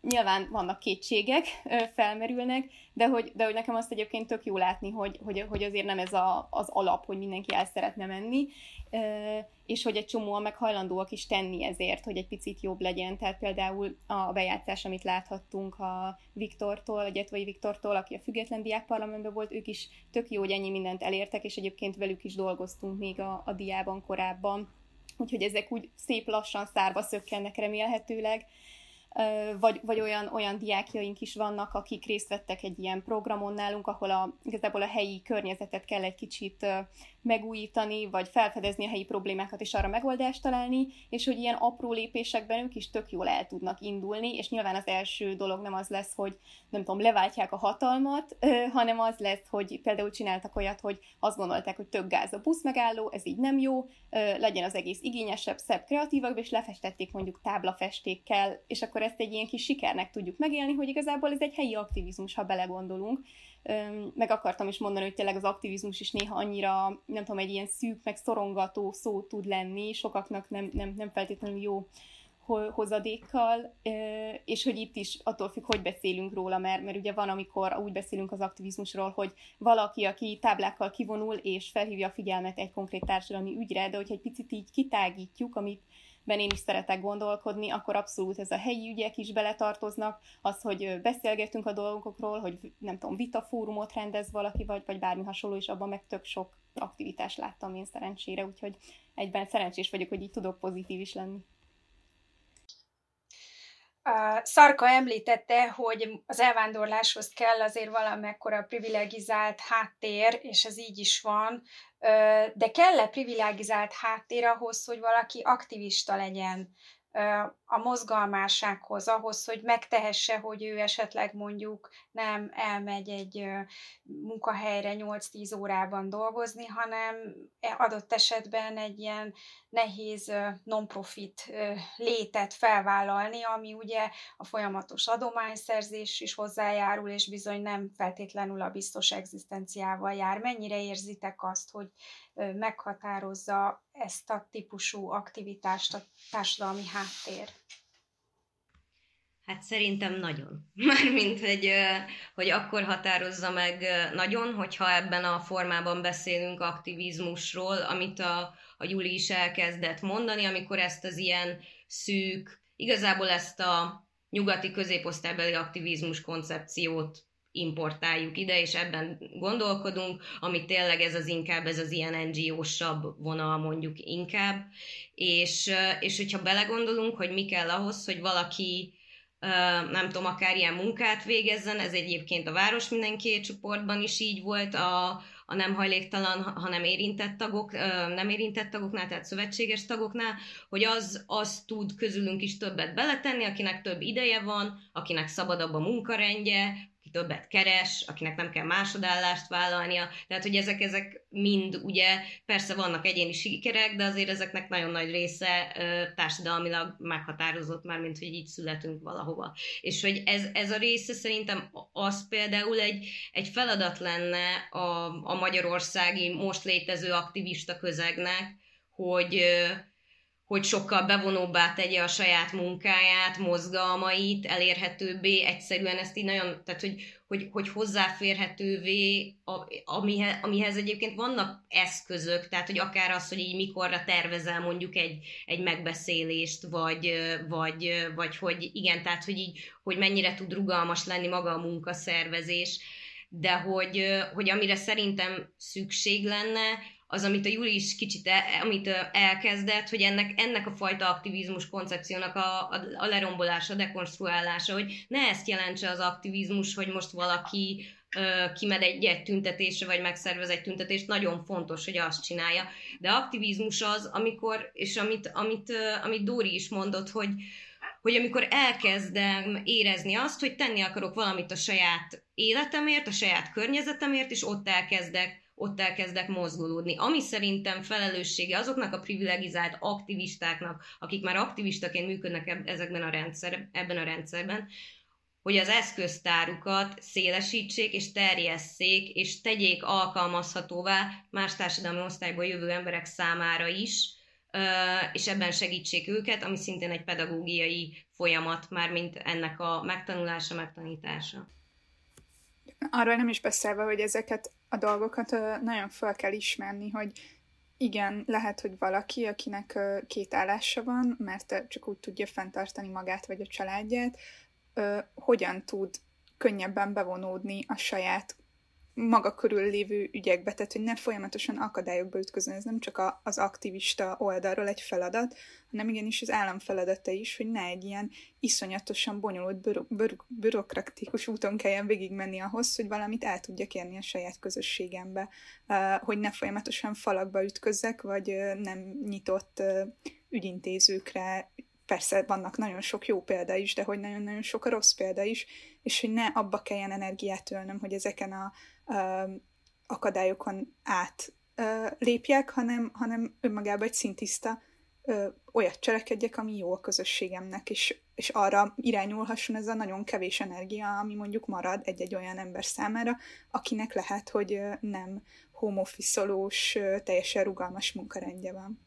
nyilván vannak kétségek, felmerülnek, de hogy, de hogy nekem azt egyébként tök jó látni, hogy, hogy, hogy azért nem ez a, az alap, hogy mindenki el szeretne menni, és hogy egy csomóan meg hajlandóak is tenni ezért, hogy egy picit jobb legyen. Tehát például a bejátszás, amit láthattunk a Viktortól, a Gyetvai Viktortól, aki a Független Diákparlamentben volt, ők is tök jó, hogy ennyi mindent elértek, és egyébként velük is dolgoztunk még a, a diában korábban. Úgyhogy ezek úgy szép lassan szárba szökkennek remélhetőleg. Vagy, vagy olyan, olyan diákjaink is vannak, akik részt vettek egy ilyen programon nálunk, ahol a, igazából a helyi környezetet kell egy kicsit megújítani, vagy felfedezni a helyi problémákat, és arra megoldást találni, és hogy ilyen apró lépésekben ők is tök jól el tudnak indulni, és nyilván az első dolog nem az lesz, hogy nem tudom, leváltják a hatalmat, hanem az lesz, hogy például csináltak olyat, hogy azt gondolták, hogy tök gáz a buszmegálló, ez így nem jó, legyen az egész igényesebb, szebb, kreatívabb, és lefestették mondjuk táblafestékkel, és akkor ezt egy ilyen kis sikernek tudjuk megélni, hogy igazából ez egy helyi aktivizmus, ha belegondolunk. Meg akartam is mondani, hogy tényleg az aktivizmus is néha annyira, nem tudom, egy ilyen szűk, meg szorongató szó tud lenni, sokaknak nem, nem, nem feltétlenül jó hozadékkal, és hogy itt is attól függ, hogy beszélünk róla, mert, mert ugye van, amikor úgy beszélünk az aktivizmusról, hogy valaki, aki táblákkal kivonul, és felhívja a figyelmet egy konkrét társadalmi ügyre, de hogyha egy picit így kitágítjuk, amit ben én is szeretek gondolkodni, akkor abszolút ez a helyi ügyek is beletartoznak, az, hogy beszélgetünk a dolgokról, hogy nem tudom, vitafórumot rendez valaki, vagy, vagy bármi hasonló, és abban meg tök sok aktivitást láttam én szerencsére, úgyhogy egyben szerencsés vagyok, hogy így tudok pozitív is lenni. A Szarka említette, hogy az elvándorláshoz kell azért valamekkora privilegizált háttér, és ez így is van, de kell-e privilegizált háttér ahhoz, hogy valaki aktivista legyen a mozgalmássághoz, ahhoz, hogy megtehesse, hogy ő esetleg mondjuk nem elmegy egy munkahelyre nyolc-tíz órában dolgozni, hanem adott esetben egy ilyen nehéz non-profit létet felvállalni, ami ugye a folyamatos adományszerzés is hozzájárul, és bizony nem feltétlenül a biztos egzisztenciával jár. Mennyire érzitek azt, hogy meghatározza ezt a típusú aktivitást a társadalmi háttér? Hát szerintem nagyon. Mármint, hogy, hogy akkor határozza meg nagyon, hogyha ebben a formában beszélünk aktivizmusról, amit a, a Juli is elkezdett mondani, amikor ezt az ilyen szűk, igazából ezt a nyugati középosztálybeli aktivizmus koncepciót importáljuk ide, és ebben gondolkodunk, ami tényleg ez az inkább, ez az ilyen en gé ó-sabb vonal mondjuk inkább, és, és hogyha belegondolunk, hogy mi kell ahhoz, hogy valaki nem tudom, akár ilyen munkát végezzen, ez egyébként a Város Mindenkié csoportban is így volt, a, a nem hajléktalan, hanem érintett tagok, nem érintett tagoknál, tehát szövetséges tagoknál, hogy az, az tud közülünk is többet beletenni, akinek több ideje van, akinek szabadabb a munkarendje, aki többet keres, akinek nem kell másodállást vállalnia, tehát hogy ezek, ezek mind ugye, persze vannak egyéni sikerek, de azért ezeknek nagyon nagy része társadalmilag meghatározott már, mint hogy így születünk valahova. És hogy ez, ez a része szerintem az például egy, egy feladat lenne a, a magyarországi most létező aktivista közegnek, hogy hogy sokkal bevonóbbá tegye a saját munkáját, mozgalmait, elérhetőbbé, egyszerűen ezt így nagyon, tehát hogy, hogy, hogy hozzáférhetővé, amihez, amihez egyébként vannak eszközök, tehát hogy akár az, hogy így mikorra tervezel mondjuk egy, egy megbeszélést, vagy, vagy, vagy hogy igen, tehát hogy így, hogy mennyire tud rugalmas lenni maga a munkaszervezés, de hogy, hogy amire szerintem szükség lenne, az, amit a Juli is kicsit el, amit elkezdett, hogy ennek, ennek a fajta aktivizmus koncepciónak a, a, a lerombolása, a dekonstruálása, hogy ne ezt jelentse az aktivizmus, hogy most valaki ö, kimegy egy, egy tüntetésre, vagy megszervez egy tüntetést, nagyon fontos, hogy azt csinálja. De aktivizmus az, amikor, és amit, amit, ö, amit Dóri is mondott, hogy, hogy amikor elkezdem érezni azt, hogy tenni akarok valamit a saját életemért, a saját környezetemért, és ott elkezdek ott elkezdek mozgolódni. Ami szerintem felelőssége azoknak a privilegizált aktivistáknak, akik már aktivistaként működnek ezekben a rendszer, ebben a rendszerben, hogy az eszköztárukat szélesítsék és terjesszék, és tegyék alkalmazhatóvá más társadalmi osztályból jövő emberek számára is, és ebben segítsék őket, ami szintén egy pedagógiai folyamat, mármint ennek a megtanulása, megtanítása. Arról nem is beszélve, hogy ezeket a dolgokat nagyon fel kell ismerni, hogy igen, lehet, hogy valaki, akinek két állása van, mert csak úgy tudja fenntartani magát vagy a családját, hogyan tud könnyebben bevonódni a saját maga körül lévő ügyekbe, tehát hogy ne folyamatosan akadályokba ütközön. Ez nem csak a, az aktivista oldalról egy feladat, hanem igenis az állam feladata is, hogy ne egy ilyen iszonyatosan bonyolult, büro, büro, bürokratikus úton kelljen végigmenni ahhoz, hogy valamit el tudjak érni a saját közösségembe, hogy ne folyamatosan falakba ütközzek, vagy nem nyitott ügyintézőkre. Persze vannak nagyon sok jó példa is, de hogy nagyon-nagyon sok a rossz példa is, és hogy ne abba kelljen energiát ölnöm, hogy ezeken a uh, akadályokon át uh, lépjek, hanem, hanem önmagában egy szintiszta uh, olyat cselekedjek, ami jó a közösségemnek, és, és arra irányulhasson ez a nagyon kevés energia, ami mondjuk marad egy-egy olyan ember számára, akinek lehet, hogy uh, nem home office-olós, uh, teljesen rugalmas munkarendje van.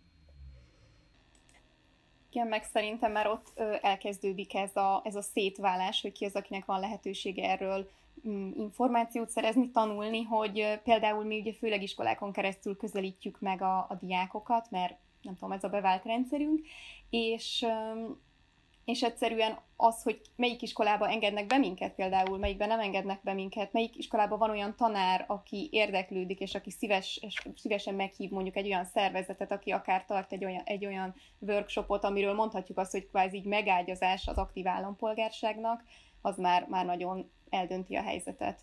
Igen, meg szerintem már ott ö, elkezdődik ez a, ez a szétválás, hogy ki az, akinek van lehetősége erről m, információt szerezni, tanulni, hogy ö, például mi ugye főleg iskolákon keresztül közelítjük meg a, a diákokat, mert nem tudom, ez a bevált rendszerünk, és, ö, és egyszerűen az, hogy melyik iskolába engednek be minket például, melyikben nem engednek be minket, melyik iskolában van olyan tanár, aki érdeklődik, és aki szíves, szívesen meghív mondjuk egy olyan szervezetet, aki akár tart egy olyan, egy olyan workshopot, amiről mondhatjuk azt, hogy kvázi így megágyazás az aktív állampolgárságnak, az már, már nagyon eldönti a helyzetet.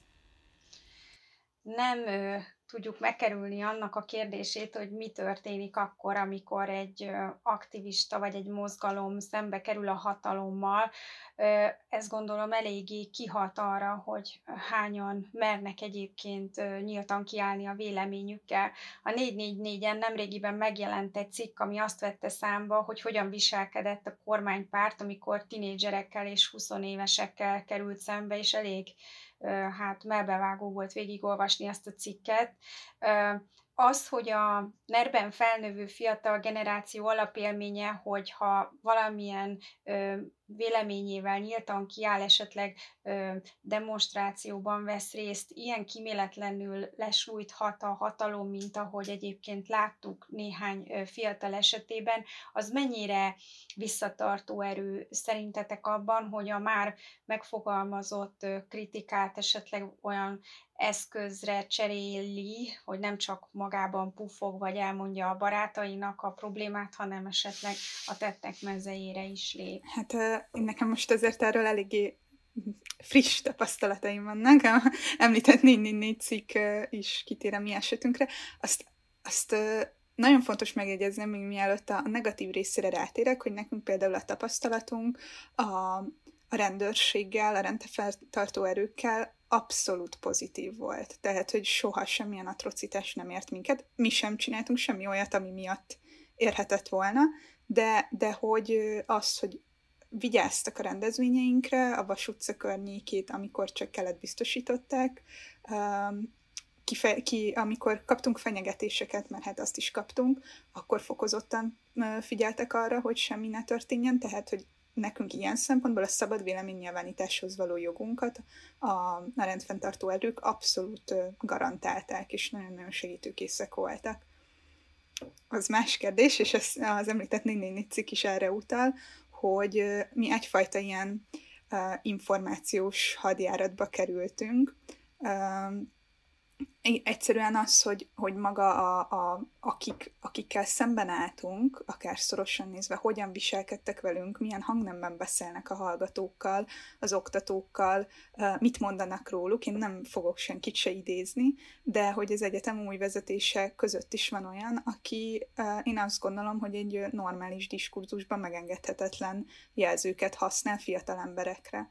Nem ö, tudjuk megkerülni annak a kérdését, hogy mi történik akkor, amikor egy ö, aktivista vagy egy mozgalom szembe kerül a hatalommal. Ö, ezt gondolom eléggé kihat arra, hogy hányan mernek egyébként ö, nyíltan kiállni a véleményükkel. A négy négy négyen nemrégiben megjelent egy cikk, ami azt vette számba, hogy hogyan viselkedett a kormánypárt, amikor tinédzserekkel és huszonévesekkel került szembe, és elég hát melbevágó volt végigolvasni ezt a cikket. Az, hogy a nerben felnövő fiatal generáció alapélménye, hogyha valamilyen ö, véleményével nyíltan kiáll, esetleg ö, demonstrációban vesz részt, ilyen kíméletlenül lesújthat a hatalom, mint ahogy egyébként láttuk néhány ö, fiatal esetében, az mennyire visszatartó erő szerintetek abban, hogy a már megfogalmazott ö, kritikát esetleg olyan eszközre cseréli, hogy nem csak magában puffog, vagy elmondja a barátainak a problémát, hanem esetleg a tettek mezejére is lép. Hát nekem most azért erről eléggé friss tapasztalataim vannak. A említett négy négy négy cikk is kitér a mi esetünkre. Azt, azt nagyon fontos megjegyezni, még mielőtt a negatív részére rátérek, hogy nekünk például a tapasztalatunk a, a rendőrséggel, a rendtartó erőkkel abszolút pozitív volt. Tehát, hogy soha semmilyen atrocitás nem ért minket. Mi sem csináltunk semmi olyat, ami miatt érhetett volna, de, de hogy az, hogy vigyáztak a rendezvényeinkre, a Vas utca környékét, amikor csak kellett, biztosították, Kife- ki, amikor kaptunk fenyegetéseket, mert hát azt is kaptunk, akkor fokozottan figyeltek arra, hogy semmi ne történjen, tehát, hogy nekünk ilyen szempontból a szabad véleménynyilvánításhoz való jogunkat a, a rendfenntartó erők abszolút garantálták, és nagyon-nagyon segítőkészek voltak. Az más kérdés, és az, az említett négy négy négy cikk is erre utal, hogy mi egyfajta ilyen uh, információs hadjáratba kerültünk. Uh, Egyszerűen az, hogy, hogy maga a, a, akik, akikkel szemben álltunk, akár szorosan nézve, hogyan viselkedtek velünk, milyen hangnemben beszélnek a hallgatókkal, az oktatókkal, mit mondanak róluk, én nem fogok senkit se idézni, de hogy az egyetem új vezetése között is van olyan, aki én azt gondolom, hogy egy normális diskurzusban megengedhetetlen jelzőket használ fiatal emberekre.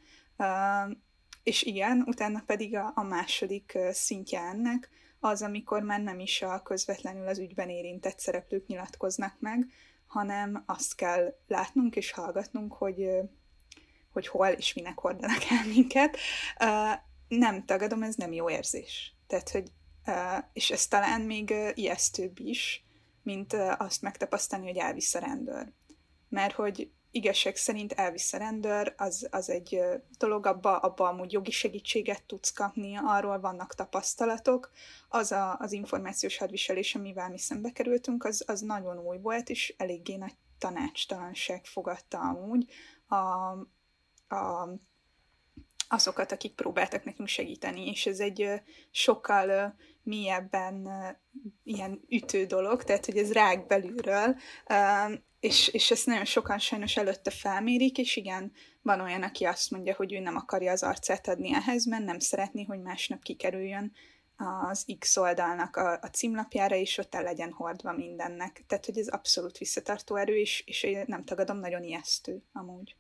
És igen, utána pedig a, a második szintje ennek az, amikor már nem is a közvetlenül az ügyben érintett szereplők nyilatkoznak meg, hanem azt kell látnunk és hallgatnunk, hogy, hogy hol és minek hordanak el minket. Nem tagadom, ez nem jó érzés. Tehát, hogy, és ez talán még ijesztőbb is, mint azt megtapasztalni, hogy elvisz a rendőr. Mert hogy igazság szerint elvisz a rendőr, az, az egy dolog, abba, abba amúgy jogi segítséget tudsz kapni, arról vannak tapasztalatok. Az a, az információs hadviselés, amivel mi szembe kerültünk, az, az nagyon új volt, és eléggé nagy tanácstalanság fogadta amúgy a, a, azokat, akik próbáltak nekünk segíteni, és ez egy sokkal mélyebben ilyen ütő dolog, tehát hogy ez rág belülről, és, és ezt nagyon sokan sajnos előtte felmérik, és igen, van olyan, aki azt mondja, hogy ő nem akarja az arcát adni ehhez, mert nem szeretné, hogy másnap kikerüljön az X oldalnak a, a címlapjára, és ott el legyen hordva mindennek. Tehát, hogy ez abszolút visszatartó erő, és, és nem tagadom, nagyon ijesztő amúgy.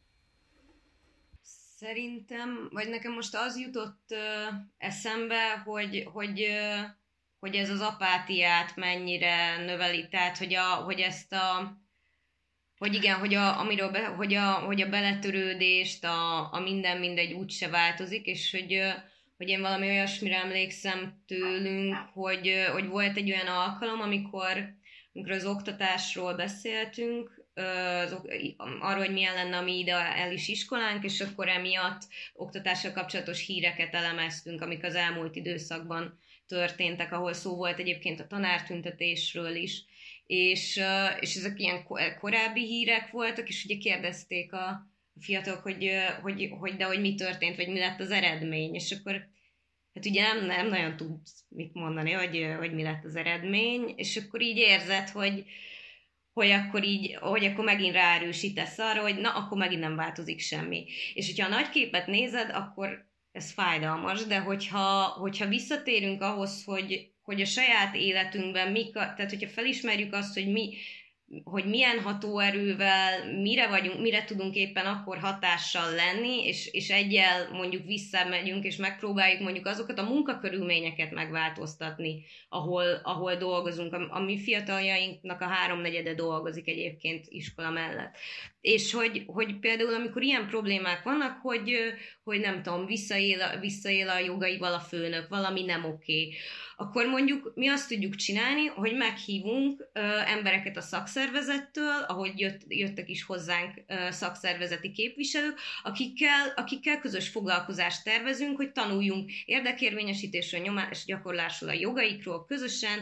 Szerintem, vagy nekem most az jutott uh, eszembe, hogy, hogy, uh, hogy ez az apátiát mennyire növeli, tehát, hogy, a, hogy ezt a hogy igen, hogy a, amiről be, hogy a, hogy a beletörődést, a, a minden mindegy úgyse változik, és hogy, hogy én valami olyasmire emlékszem tőlünk, hogy, hogy volt egy olyan alkalom, amikor, amikor az oktatásról beszéltünk, az, arról, hogy milyen lenne a mi ideális iskolánk, és akkor emiatt oktatással kapcsolatos híreket elemeztünk, amik az elmúlt időszakban történtek, ahol szó volt egyébként a tanártüntetésről is, és, és ezek ilyen korábbi hírek voltak, és ugye kérdezték a fiatalok, hogy, hogy, hogy de hogy mi történt, vagy mi lett az eredmény, és akkor hát ugye nem, nem nagyon tudsz mit mondani, hogy, hogy mi lett az eredmény, és akkor így érzed, hogy, hogy akkor így, hogy akkor megint ráerősítesz arra, hogy na, akkor megint nem változik semmi. És hogyha a nagy képet nézed, akkor ez fájdalmas, de hogyha, hogyha visszatérünk ahhoz, hogy, hogy a saját életünkben, mik, tehát hogyha felismerjük azt, hogy mi, hogy milyen hatóerővel, mire vagyunk, mire tudunk éppen akkor hatással lenni, és, és egyel mondjuk visszamegyünk, és megpróbáljuk mondjuk azokat a munkakörülményeket megváltoztatni, ahol, ahol dolgozunk. A, a mi fiataljainknak a háromnegyede dolgozik egyébként iskola mellett. És hogy, hogy például amikor ilyen problémák vannak, hogy, hogy nem tudom, visszaél, visszaél a jogaival a főnök, valami nem oké, akkor mondjuk mi azt tudjuk csinálni, hogy meghívunk ö, embereket a szakszervezettől, ahogy jött, jöttek is hozzánk ö, szakszervezeti képviselők, akikkel, akikkel közös foglalkozást tervezünk, hogy tanuljunk érdekérvényesítésről, nyomás gyakorlásról, a jogaikról közösen,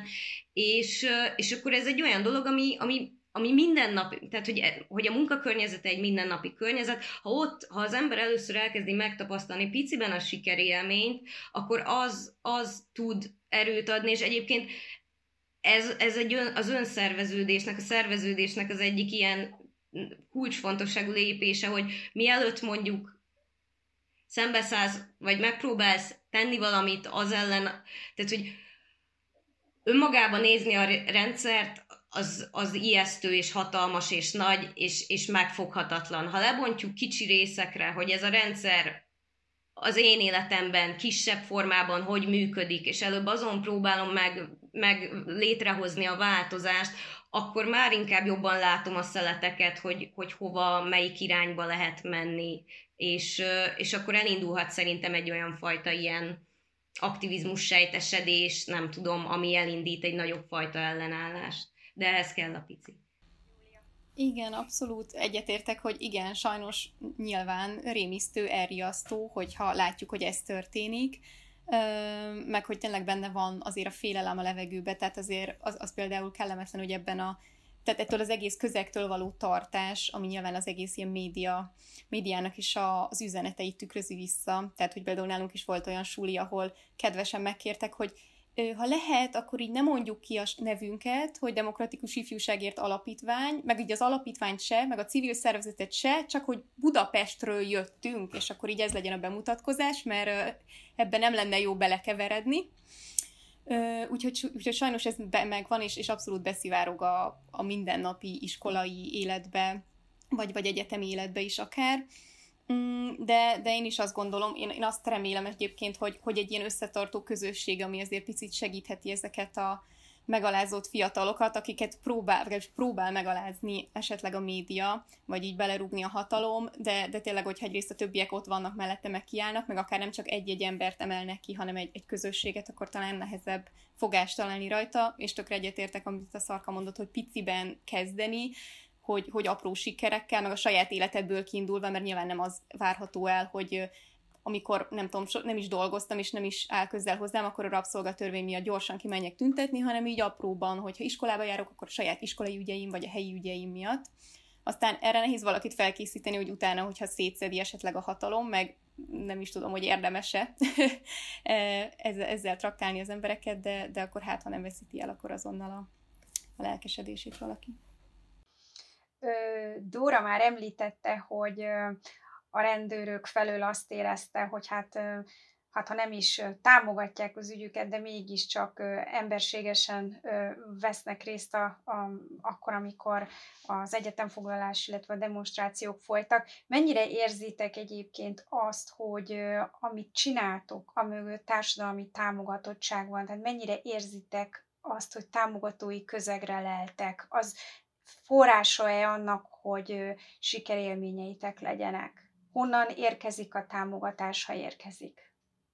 és, ö, és akkor ez egy olyan dolog, ami, ami ami mindennapi, tehát hogy, hogy a munkakörnyezete egy mindennapi környezet, ha ott, ha az ember először elkezdi megtapasztalni piciben a sikerélményt, akkor az, az tud erőt adni, és egyébként ez, ez egy ön, az önszerveződésnek, a szerveződésnek az egyik ilyen kulcsfontosságú lépése, hogy mielőtt mondjuk szembeszállsz, vagy megpróbálsz tenni valamit az ellen, tehát hogy önmagában nézni a rendszert, az, az ijesztő és hatalmas és nagy és, és megfoghatatlan. Ha lebontjuk kicsi részekre, hogy ez a rendszer az én életemben kisebb formában hogy működik, és előbb azon próbálom meg, meg létrehozni a változást, akkor már inkább jobban látom a szeleteket, hogy, hogy hova, melyik irányba lehet menni, és, és akkor elindulhat szerintem egy olyan fajta ilyen aktivizmus sejtesedés, nem tudom, ami elindít egy nagyobb fajta ellenállást. De ehhez kell a pici. Igen, abszolút egyetértek, hogy igen, sajnos nyilván rémisztő, elriasztó, hogyha látjuk, hogy ez történik, meg hogy tényleg benne van azért a félelem a levegőbe, tehát azért az, az például kellemetlen, hogy ebben a, tehát ettől az egész közegtől való tartás, ami nyilván az egész ilyen média, médiának is a, az üzeneteit tükrözi vissza, tehát hogy például nálunk is volt olyan suli, ahol kedvesen megkértek, hogy ha lehet, akkor így nem mondjuk ki a nevünket, hogy Demokratikus Ifjúságért Alapítvány, meg így az alapítványt se, meg a civil szervezetet se, csak hogy Budapestről jöttünk, és akkor így ez legyen a bemutatkozás, mert ebben nem lenne jó belekeveredni. Úgyhogy, úgyhogy sajnos ez megvan, és, és abszolút beszivárog a, a mindennapi iskolai életbe, vagy, vagy egyetemi életbe is akár. De, de én is azt gondolom, én, én azt remélem egyébként, hogy, hogy egy ilyen összetartó közösség, ami azért picit segítheti ezeket a megalázott fiatalokat, akiket próbál, vagy próbál megalázni esetleg a média, vagy így belerúgni a hatalom, de, de tényleg, hogyha egyrészt a többiek ott vannak mellette, meg kiállnak, meg akár nem csak egy-egy embert emelnek ki, hanem egy, egy közösséget, akkor talán nehezebb fogást találni rajta, és tökre egyetértek, amit a Szarka mondott, hogy piciben kezdeni, hogy, hogy apró sikerekkel, meg a saját életedből kiindulva, mert nyilván nem az várható el, hogy amikor nem tudom, nem is dolgoztam, és nem is áll közel hozzám, akkor a rabszolgatörvény miatt gyorsan kimenjek tüntetni, hanem így apróban, hogyha iskolába járok, akkor a saját iskolai ügyeim, vagy a helyi ügyeim miatt. Aztán erre nehéz valakit felkészíteni, hogy utána, hogyha szétszedi esetleg a hatalom, meg nem is tudom, hogy érdemes-e ezzel, ezzel traktálni az embereket, de, de akkor hát, ha nem veszíti el, akkor azonnal a, a lelkesedését valaki. Dóra már említette, hogy a rendőrök felől azt érezte, hogy hát, hát ha nem is támogatják az ügyüket, de mégiscsak emberségesen vesznek részt a, a, akkor, amikor az egyetemfoglalás, illetve a demonstrációk folytak. Mennyire érzitek egyébként azt, hogy amit csináltok, amögött társadalmi támogatottság van, tehát mennyire érzitek azt, hogy támogatói közegre leltek? Az forrása-e annak, hogy sikerélményeitek legyenek? Honnan érkezik a támogatás, ha érkezik?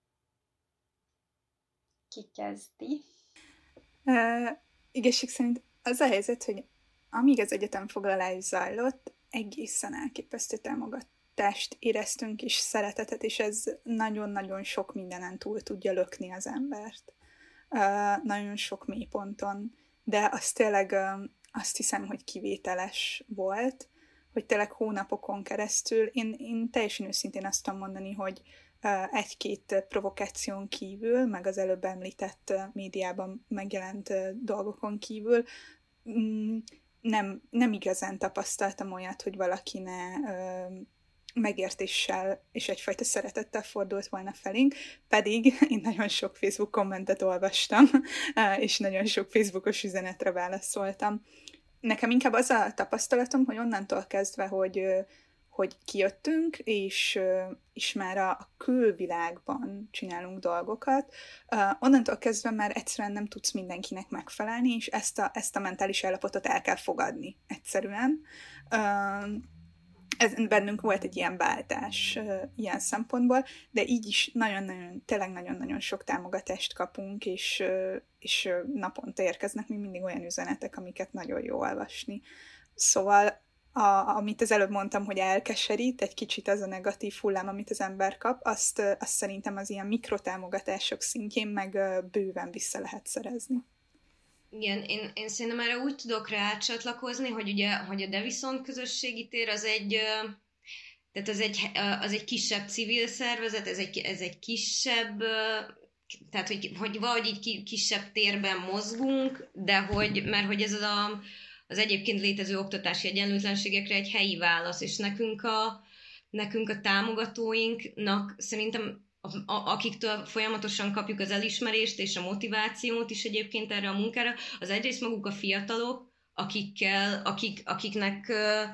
Ki kezdi? Uh, igazság szerint az a helyzet, hogy amíg az egyetemfoglalás zajlott, egészen elképesztő támogatást éreztünk, és szeretetet, és ez nagyon-nagyon sok mindenen túl tudja lökni az embert. Uh, nagyon sok mélyponton, de az tényleg uh, azt hiszem, hogy kivételes volt, hogy tényleg hónapokon keresztül, én, én teljesen őszintén azt tudom mondani, hogy uh, egy-két provokáción kívül, meg az előbb említett uh, médiában megjelent uh, dolgokon kívül, mm, nem, nem igazán tapasztaltam olyat, hogy valaki ne uh, megértéssel és egyfajta szeretettel fordult volna felénk, pedig én nagyon sok Facebook kommentet olvastam, uh, és nagyon sok Facebookos üzenetre válaszoltam. Nekem inkább az a tapasztalatom, hogy onnantól kezdve, hogy, hogy kijöttünk, és, és már a külvilágban csinálunk dolgokat, onnantól kezdve már egyszerűen nem tudsz mindenkinek megfelelni, és ezt a, ezt a mentális állapotot el kell fogadni egyszerűen. Ez, bennünk volt egy ilyen váltás ilyen szempontból, de így is nagyon-nagyon, tényleg nagyon-nagyon sok támogatást kapunk, és, és naponta érkeznek még mindig olyan üzenetek, amiket nagyon jó olvasni. Szóval, a, amit az előbb mondtam, hogy elkeserít egy kicsit az a negatív hullám, amit az ember kap, azt, azt szerintem az ilyen mikrotámogatások szintjén meg bőven vissza lehet szerezni. Igen, én, én szerintem erre úgy tudok rácsatlakozni, hogy ugye, hogy a De Viszont közösségi tér az egy, tehát az egy, az egy kisebb civil szervezet, ez egy, ez egy kisebb, tehát hogy, hogy valahogy így kisebb térben mozgunk, de hogy, mert hogy ez az, a, az egyébként létező oktatási egyenlőtlenségekre egy helyi válasz, és nekünk a, nekünk a támogatóinknak szerintem A, a, akiktől folyamatosan kapjuk az elismerést és a motivációt is egyébként erre a munkára, az egyrészt maguk a fiatalok, akikkel, akik, akiknek,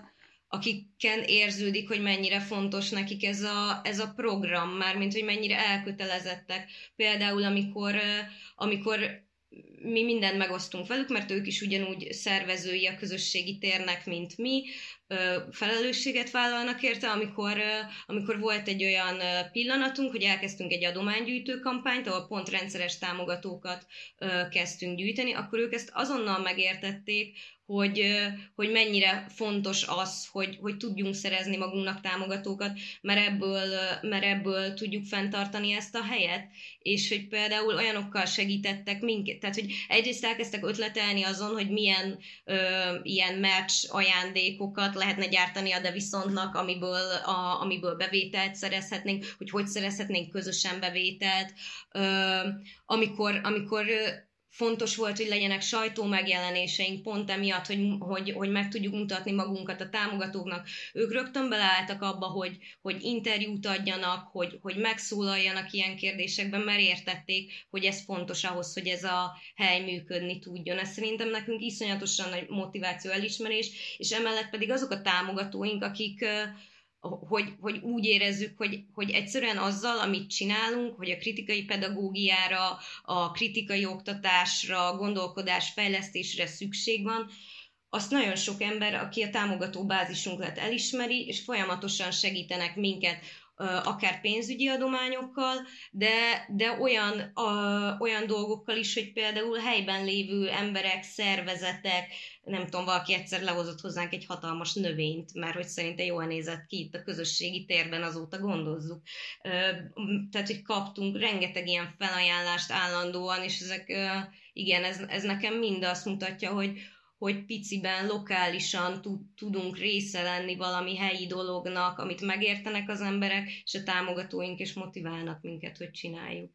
akiken érződik, hogy mennyire fontos nekik ez a, ez a program, mármint hogy mennyire elkötelezettek. Például amikor, amikor mi mindent megosztunk velük, mert ők is ugyanúgy szervezői a közösségi térnek, mint mi, felelősséget vállalnak érte, amikor, amikor volt egy olyan pillanatunk, hogy elkezdtünk egy adománygyűjtő kampányt, ahol pont rendszeres támogatókat kezdtünk gyűjteni, akkor ők ezt azonnal megértették, hogy, hogy mennyire fontos az, hogy, hogy tudjunk szerezni magunknak támogatókat, mert ebből, mert ebből tudjuk fenntartani ezt a helyet, és hogy például olyanokkal segítettek minket, tehát hogy egyrészt elkezdtek ötletelni azon, hogy milyen ö, ilyen merch ajándékokat lehetne gyártani a De Viszontnak, amiből, a, amiből bevételt szerezhetnénk, hogy hogy szerezhetnénk közösen bevételt, ö, amikor, amikor fontos volt, hogy legyenek sajtómegjelenéseink pont emiatt, hogy, hogy, hogy meg tudjuk mutatni magunkat a támogatóknak. Ők rögtön beleálltak abba, hogy, hogy interjút adjanak, hogy, hogy megszólaljanak ilyen kérdésekben, mert értették, hogy ez fontos ahhoz, hogy ez a hely működni tudjon. Ez szerintem nekünk iszonyatosan nagy motiváció, elismerés, és emellett pedig azok a támogatóink, akik hogy, hogy úgy érezzük, hogy, hogy egyszerűen azzal, amit csinálunk, hogy a kritikai pedagógiára, a kritikai oktatásra, a gondolkodás fejlesztésre szükség van, azt nagyon sok ember, aki a támogató bázisunkat elismeri, és folyamatosan segítenek minket, akár pénzügyi adományokkal, de, de olyan, ö, olyan dolgokkal is, hogy például helyben lévő emberek, szervezetek, nem tudom, valaki egyszer lehozott hozzánk egy hatalmas növényt, mert hogy szerinte jól nézett ki itt a közösségi térben, azóta gondozzuk. Ö, tehát, hogy kaptunk rengeteg ilyen felajánlást állandóan, és ezek, ö, igen, ez, ez nekem mind azt mutatja, hogy hogy piciben, lokálisan tudunk része lenni valami helyi dolognak, amit megértenek az emberek, és a támogatóink is motiválnak minket, hogy csináljuk.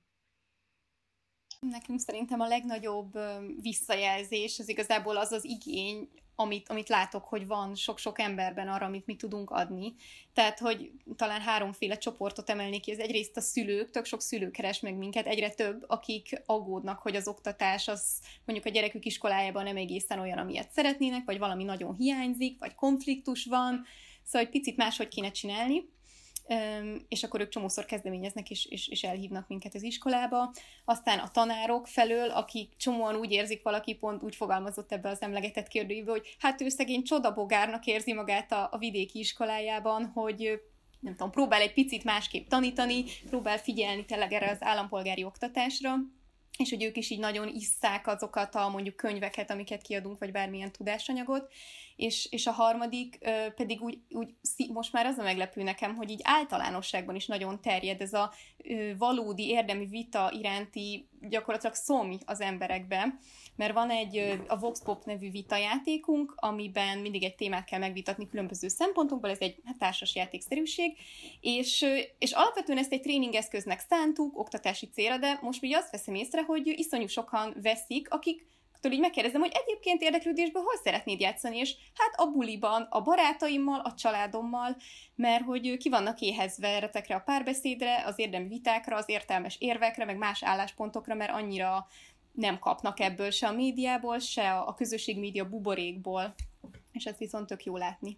Nekünk szerintem a legnagyobb visszajelzés az igazából az az igény, amit, amit látok, hogy van sok-sok emberben arra, amit mi tudunk adni. Tehát, hogy talán háromféle csoportot emelnék ki. Ez egyrészt a szülők, tök sok szülő keres meg minket, egyre több, akik aggódnak, hogy az oktatás az mondjuk a gyerekük iskolájában nem egészen olyan, amilyet szeretnének, vagy valami nagyon hiányzik, vagy konfliktus van. Szóval egy picit máshogy kéne csinálni. És akkor ők csomószor kezdeményeznek, és, és, és elhívnak minket az iskolába. Aztán a tanárok felől, akik csomóan úgy érzik, valaki pont úgy fogalmazott ebbe az emlegetett kérdőjébe, hogy hát ő szegény csodabogárnak érzi magát a, a vidéki iskolájában, hogy nem tudom, próbál egy picit másképp tanítani, próbál figyelni tényleg erre az állampolgári oktatásra, és hogy ők is így nagyon isszák azokat a mondjuk könyveket, amiket kiadunk, vagy bármilyen tudásanyagot, és, és a harmadik ö, pedig úgy, úgy, most már az a meglepő nekem, hogy így általánosságban is nagyon terjed ez a ö, valódi érdemi vita iránti gyakorlatilag szomj az emberekben, mert van egy ö, a Vox Pop nevű vitajátékunk, amiben mindig egy témát kell megvitatni különböző szempontokból, ez egy hát, társas játékszerűség, és, ö, és alapvetően ezt egy tréningeszköznek szántuk, oktatási célra, de most még azt veszem észre, hogy iszonyú sokan veszik, akik től így megkérdezem, hogy egyébként érdeklődésből hol szeretnéd játszani, és hát a buliban, a barátaimmal, a családommal, mert hogy ki vannak éhezve ezekre a párbeszédre, az érdemi vitákra, az értelmes érvekre, meg más álláspontokra, mert annyira nem kapnak ebből se a médiából, se a közösségmédia buborékból, és ezt viszont tök jó látni.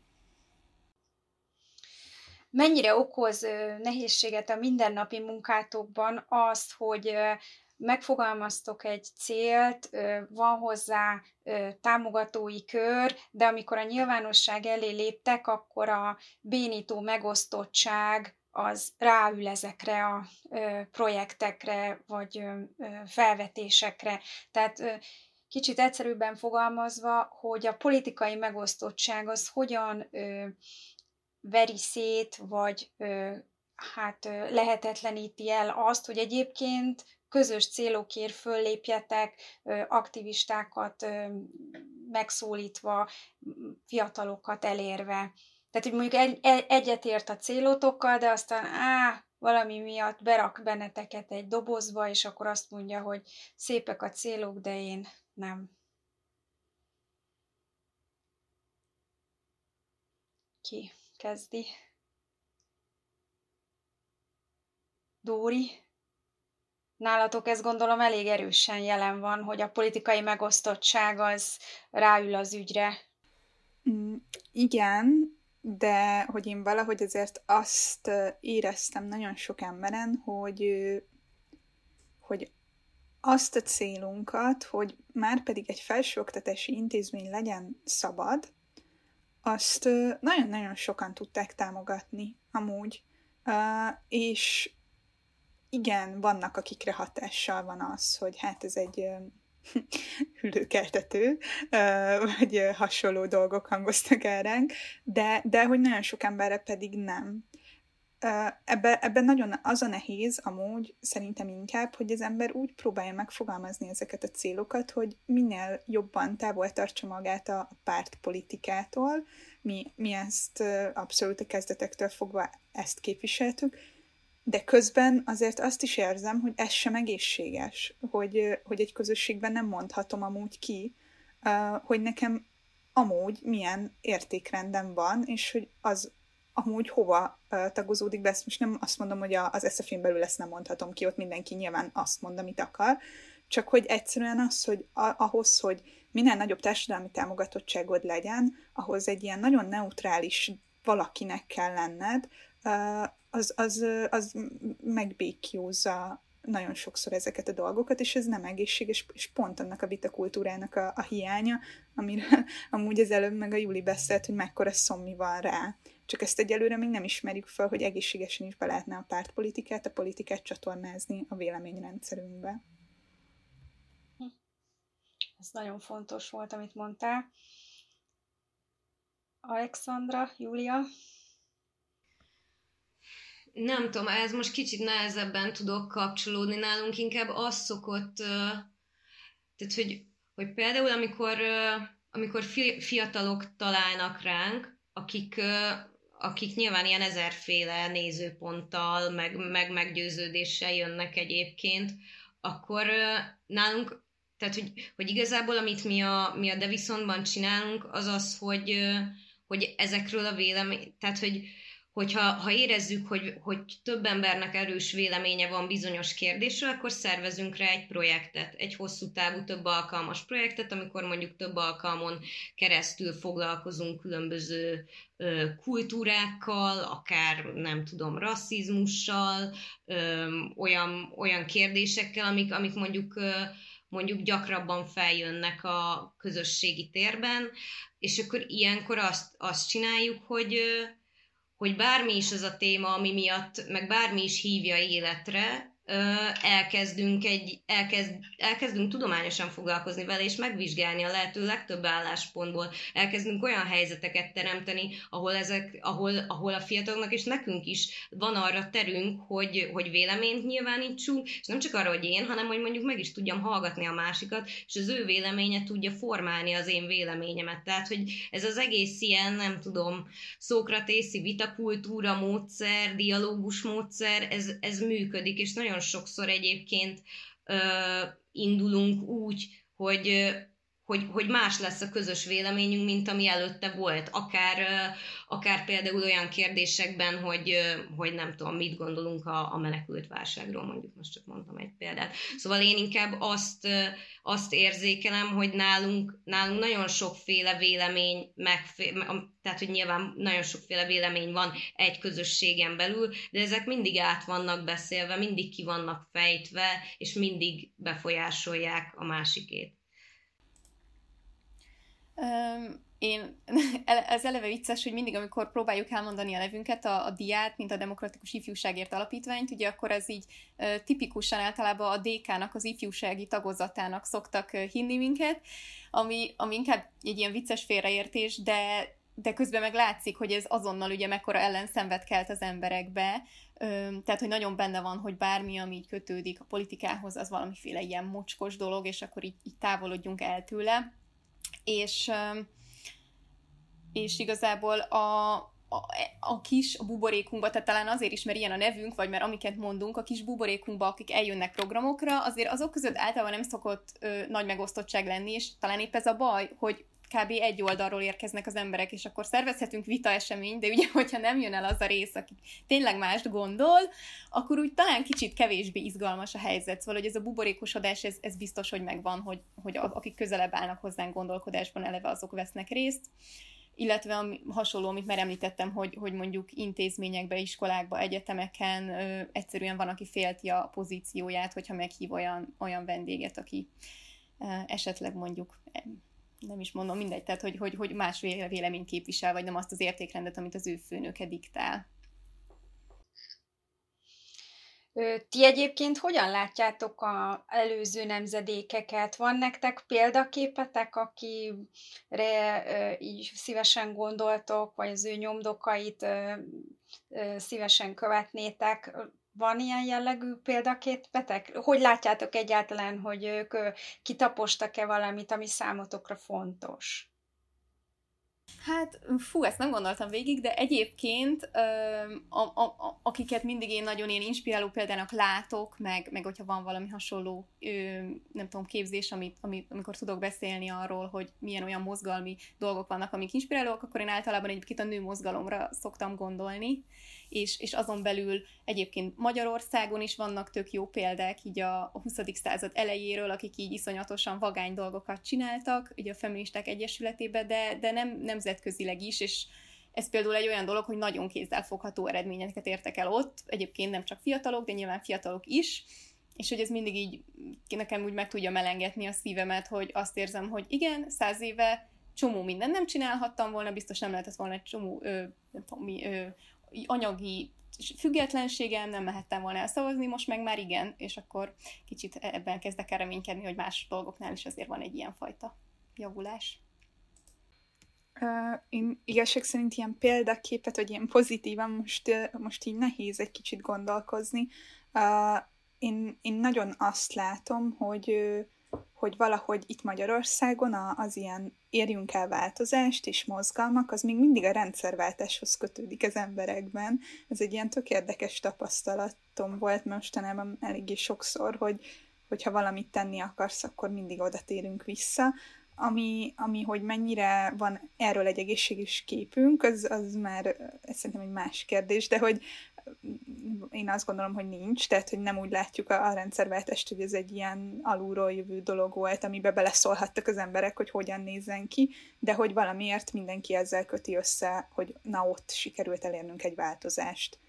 Mennyire okoz nehézséget a mindennapi munkátokban az, hogy megfogalmaztok egy célt, van hozzá támogatói kör, de amikor a nyilvánosság elé léptek, akkor a bénító megosztottság az ráül ezekre a projektekre, vagy felvetésekre. Tehát kicsit egyszerűbben fogalmazva, hogy a politikai megosztottság az hogyan veri szét, vagy hát lehetetleníti el azt, hogy egyébként közös célokért föllépjetek, aktivistákat megszólítva, fiatalokat elérve. Tehát, hogy mondjuk egy, egyetért a célotokkal, de aztán á, valami miatt berak benneteket egy dobozba, és akkor azt mondja, hogy szépek a célok, de én nem. Ki kezdi? Dóri? Nálatok ez gondolom elég erősen jelen van, hogy a politikai megosztottság az ráül az ügyre. Mm, igen, de hogy én valahogy azért azt éreztem nagyon sok emberen, hogy, hogy azt a célunkat, hogy már pedig egy felsőoktatási intézmény legyen szabad, azt nagyon-nagyon sokan tudták támogatni amúgy. Uh, és igen, vannak, akikre hatással van az, hogy hát ez egy uh, hüllőkeltető, uh, vagy uh, hasonló dolgok hangoztak el ránk, de, de hogy nagyon sok emberre pedig nem. Uh, ebben ebbe nagyon az a nehéz amúgy, szerintem inkább, hogy az ember úgy próbálja megfogalmazni ezeket a célokat, hogy minél jobban távol tartsa magát a pártpolitikától. Mi, mi ezt uh, abszolút a kezdetektől fogva ezt képviseltük, de közben azért azt is érzem, hogy ez sem egészséges, hogy, hogy egy közösségben nem mondhatom amúgy ki, uh, hogy nekem amúgy milyen értékrendem van, és hogy az amúgy hova uh, tagozódik be. Ezt most nem azt mondom, hogy a, az es ef-én belül ezt nem mondhatom ki, ott mindenki nyilván azt mond, amit akar, csak hogy egyszerűen az, hogy a, ahhoz, hogy minél nagyobb társadalmi támogatottságod legyen, ahhoz egy ilyen nagyon neutrális valakinek kell lenned, az, az, az megbékjózza nagyon sokszor ezeket a dolgokat, és ez nem egészséges, és pont annak a vitakultúrának a, a hiánya, amiről amúgy az előbb meg a Júli beszélt, hogy mekkora szommi van rá. Csak ezt egyelőre még nem ismerjük fel, hogy egészségesen is be lehetne a pártpolitikát, a politikát csatornázni a véleményrendszerünkbe. Ez nagyon fontos volt, amit mondtál. Alexandra, Júlia? Nem tudom, ez most kicsit nehezebben tudok kapcsolódni. Nálunk inkább az szokott, tehát hogy, hogy például amikor, amikor fiatalok találnak ránk, akik, akik nyilván ilyen ezerféle nézőponttal, meg, meg meggyőződéssel jönnek egyébként, akkor nálunk, tehát hogy, hogy igazából amit mi a, mi a Devisontban csinálunk, az az, hogy, hogy ezekről a vélemény, tehát hogy hogyha ha érezzük, hogy, hogy több embernek erős véleménye van bizonyos kérdésről, akkor szervezünk rá egy projektet, egy hosszú távú, több alkalmas projektet, amikor mondjuk több alkalmon keresztül foglalkozunk különböző ö, kultúrákkal, akár nem tudom, rasszizmussal, ö, olyan, olyan kérdésekkel, amik, amik mondjuk, ö, mondjuk gyakrabban feljönnek a közösségi térben, és akkor ilyenkor azt, azt csináljuk, hogy ö, hogy bármi is az a téma, ami miatt, meg bármi is hívja életre, elkezdünk, egy, elkezd, elkezdünk tudományosan foglalkozni vele, és megvizsgálni a lehető legtöbb álláspontból. Elkezdünk olyan helyzeteket teremteni, ahol, ezek, ahol, ahol a fiataloknak és nekünk is van arra terünk, hogy, hogy véleményt nyilvánítsunk, és nem csak arra, hogy én, hanem hogy mondjuk meg is tudjam hallgatni a másikat, és az ő véleménye tudja formálni az én véleményemet. Tehát, hogy ez az egész ilyen, nem tudom, szókratészi vitakultúra módszer, dialógus módszer, ez, ez működik, és nagyon sokszor egyébként uh, indulunk úgy, hogy, hogy, hogy más lesz a közös véleményünk, mint ami előtte volt. Akár, uh, akár például olyan kérdésekben, hogy, uh, hogy nem tudom, mit gondolunk a, a menekült válságról, mondjuk most csak mondtam egy példát. Szóval én inkább azt, uh, azt érzékelem, hogy nálunk, nálunk nagyon sokféle vélemény, megfé- tehát, hogy nyilván nagyon sokféle vélemény van egy közösségen belül, de ezek mindig át vannak beszélve, mindig ki vannak fejtve, és mindig befolyásolják a másikét. Um, én, ez eleve vicces, hogy mindig, amikor próbáljuk elmondani a nevünket, a, a diát, mint a Demokratikus Ifjúságért Alapítványt, ugye akkor ez így uh, tipikusan általában a dé ká-nak, az ifjúsági tagozatának szoktak uh, hinni minket, ami, ami inkább egy ilyen vicces félreértés, de de közben meg látszik, hogy ez azonnal ugye mekkora ellenszenvet kelt az emberekbe, tehát, hogy nagyon benne van, hogy bármi, ami így kötődik a politikához, az valamiféle ilyen mocskos dolog, és akkor így, így távolodjunk el és, és igazából a, a, a kis a buborékunkba, tehát talán azért is, mert ilyen a nevünk, vagy mert amiket mondunk, a kis buborékunkba, akik eljönnek programokra, azért azok között általában nem szokott ö, nagy megosztottság lenni, és talán épp ez a baj, hogy kb. Egy oldalról érkeznek az emberek, és akkor szervezhetünk vita eseményt, de ugye, hogyha nem jön el az a rész, aki tényleg mást gondol, akkor úgy talán kicsit kevésbé izgalmas a helyzet. Szóval, hogy ez a buborékosodás, ez, ez biztos, hogy megvan, hogy, hogy akik közelebb állnak hozzánk gondolkodásban, eleve azok vesznek részt. Illetve ami, hasonló, amit már említettem, hogy, hogy mondjuk intézményekbe, iskolákba, egyetemeken ö, egyszerűen van, aki félti a pozícióját, hogyha meghív olyan, olyan vendéget, aki ö, esetleg mondjuk... nem is mondom, mindegy, tehát hogy, hogy, hogy más véleményt képvisel, vagy nem azt az értékrendet, amit az ő főnöke diktál. Ti egyébként hogyan látjátok az előző nemzedékeket? Van nektek példaképetek, akire így szívesen gondoltok, vagy az ő nyomdokait szívesen követnétek? Van ilyen jellegű példaképetek? Hogy látjátok egyáltalán, hogy ők kitapostak-e valamit, ami számotokra fontos? Hát, fú, ezt nem gondoltam végig, de egyébként a, a, a, akiket mindig én nagyon ilyen inspiráló példának látok, meg, meg hogyha van valami hasonló, nem tudom, képzés, amit, amit, amikor tudok beszélni arról, hogy milyen olyan mozgalmi dolgok vannak, amik inspirálóak, akkor én általában egyébként a nő mozgalomra szoktam gondolni, és, és azon belül egyébként Magyarországon is vannak tök jó példák, így a, a huszadik század elejéről, akik így iszonyatosan vagány dolgokat csináltak, ugye a Feministák Egyesületében, de, de nem nemzetközileg is, és ez például egy olyan dolog, hogy nagyon kézzelfogható eredményeket értek el ott, egyébként nem csak fiatalok, de nyilván fiatalok is, és hogy ez mindig így nekem úgy meg tudja melengetni a szívemet, hogy azt érzem, hogy igen, száz éve csomó mindent nem csinálhattam volna, biztos nem lehetett volna egy csomó ö, nem tudom, mi, ö, anyagi függetlenségem, nem mehettem volna el szavazni, most meg már igen, és akkor kicsit ebben kezdek el reménykedni, hogy más dolgoknál is azért van egy ilyen fajta javulás. Uh, én igazság szerint ilyen példaképet, vagy ilyen pozitívan most, uh, most így nehéz egy kicsit gondolkozni. Uh, én, én nagyon azt látom, hogy, uh, hogy valahogy itt Magyarországon a, az ilyen érjünk el változást és mozgalmak, az még mindig a rendszerváltáshoz kötődik az emberekben. Ez egy ilyen tök érdekes tapasztalatom volt mostanában eléggé sokszor, hogy hogyha valamit tenni akarsz, akkor mindig oda térünk vissza. Ami, ami, hogy mennyire van erről egy egészséges képünk, az, az már szerintem egy más kérdés, de hogy én azt gondolom, hogy nincs, tehát hogy nem úgy látjuk a, a rendszerváltást, hogy ez egy ilyen alulról jövő dolog volt, amiben beleszólhattak az emberek, hogy hogyan nézzen ki, de hogy valamiért mindenki ezzel köti össze, hogy na ott sikerült elérnünk egy változást.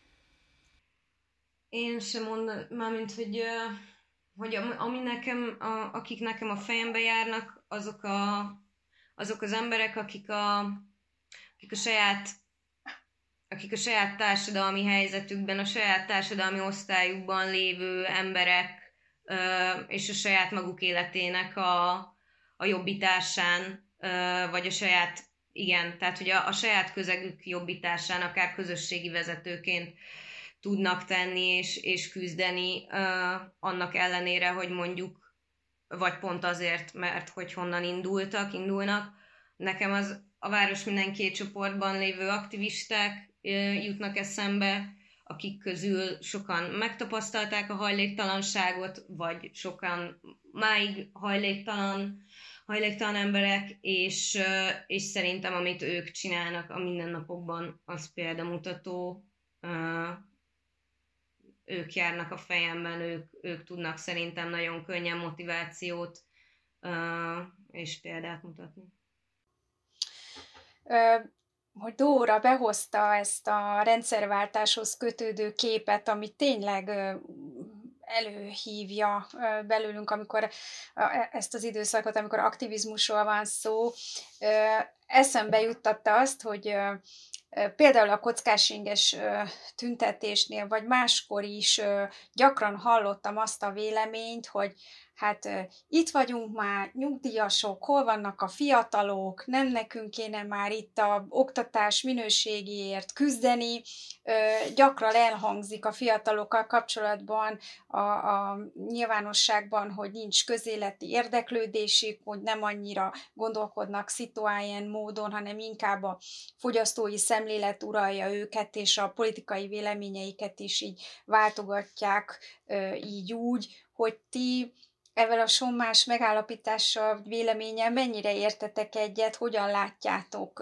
Én sem mondom, mármint, hogy... hogy ami nekem, a, akik nekem a fejembe járnak, azok, a, azok az emberek, akik a, akik a saját akik a saját társadalmi helyzetükben, a saját társadalmi osztályukban lévő emberek és a saját maguk életének a, a jobbításán, vagy a saját, igen, tehát hogy a, a saját közegük jobbításán, akár közösségi vezetőként tudnak tenni és, és küzdeni uh, annak ellenére, hogy mondjuk, vagy pont azért, mert hogy honnan indultak, indulnak. Nekem az a város minden két csoportban lévő aktivisták uh, jutnak eszembe, akik közül sokan megtapasztalták a hajléktalanságot, vagy sokan máig hajléktalan, hajléktalan emberek, és, uh, és szerintem amit ők csinálnak a mindennapokban, az példamutató. Uh, ők járnak a fejemben, ők, ők tudnak szerintem nagyon könnyen motivációt uh, és példát mutatni. Ö, hogy Dóra behozta ezt a rendszerváltáshoz kötődő képet, ami tényleg ö, előhívja ö, belőlünk, amikor ö, ezt az időszakot, amikor aktivizmusról van szó, ö, eszembe juttatta azt, hogy ö, például a kockásinges tüntetésnél, vagy máskor is gyakran hallottam azt a véleményt, hogy hát itt vagyunk már nyugdíjasok, hol vannak a fiatalok, nem nekünk kéne már itt a oktatás minőségéért küzdeni. Gyakran elhangzik a fiatalokkal kapcsolatban a, a nyilvánosságban, hogy nincs közéleti érdeklődésük, hogy nem annyira gondolkodnak szituáján módon, hanem inkább a fogyasztói szemlélet uralja őket, és a politikai véleményeiket is így váltogatják így úgy, hogy ti ezzel a sommás megállapítással, véleménnyel mennyire értetek egyet, hogyan látjátok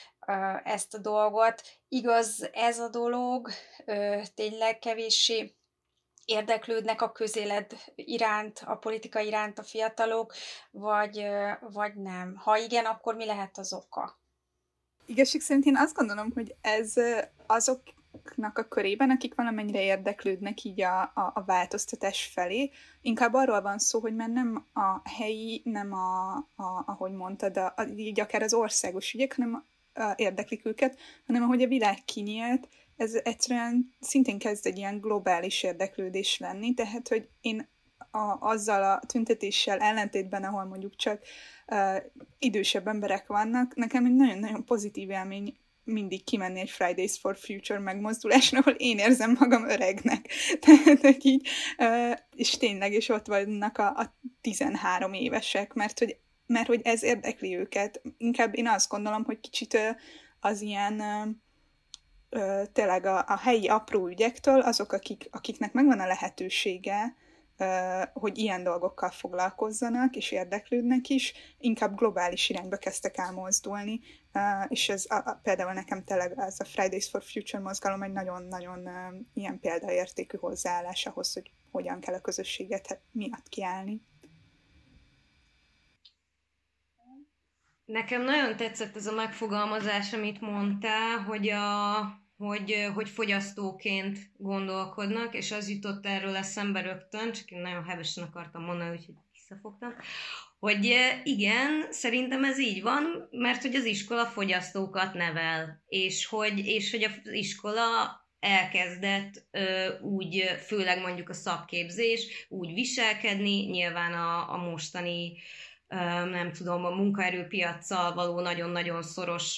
ezt a dolgot? Igaz ez a dolog? Tényleg kevéssé érdeklődnek a közélet iránt, a politika iránt a fiatalok, vagy, vagy nem? Ha igen, akkor mi lehet az oka? Igazság szerint én azt gondolom, hogy ez azok a körében, akik valamennyire érdeklődnek így a, a, a változtatás felé. Inkább arról van szó, hogy már nem a helyi, nem a, a ahogy mondtad, a, a, így akár az országos ügyek, hanem a, érdeklik őket, hanem ahogy a világ kinyílt, ez egyszerűen szintén kezd egy ilyen globális érdeklődés lenni, tehát, hogy én a, azzal a tüntetéssel ellentétben, ahol mondjuk csak uh, idősebb emberek vannak, nekem egy nagyon-nagyon pozitív élmény mindig kimenni egy Fridays for Future megmozdulásra, ahol én érzem magam öregnek. Tehát, hogy így, és tényleg, és ott vannak a, a tizenhárom évesek, mert hogy, mert hogy ez érdekli őket. Inkább én azt gondolom, hogy kicsit az ilyen tényleg a, a helyi apró ügyektől, azok, akik, akiknek megvan a lehetősége, hogy ilyen dolgokkal foglalkozzanak, és érdeklődnek is, inkább globális irányba kezdtek elmozdulni, és ez a, a, például nekem tényleg ez a Fridays for Future mozgalom egy nagyon-nagyon ilyen példaértékű hozzáállás ahhoz, hogy hogyan kell a közösséget miatt kiállni. Nekem nagyon tetszett ez a megfogalmazás, amit mondtál, hogy, a, hogy, hogy fogyasztóként gondolkodnak, és az jutott erről eszembe rögtön, csak én nagyon hevesen akartam mondani, úgyhogy visszafogtam, hogy igen, szerintem ez így van, mert hogy az iskola fogyasztókat nevel, és hogy, és hogy az iskola elkezdett ö, úgy, főleg mondjuk a szakképzés, úgy viselkedni, nyilván a, a mostani nem tudom, a munkaerőpiaccal való nagyon-nagyon szoros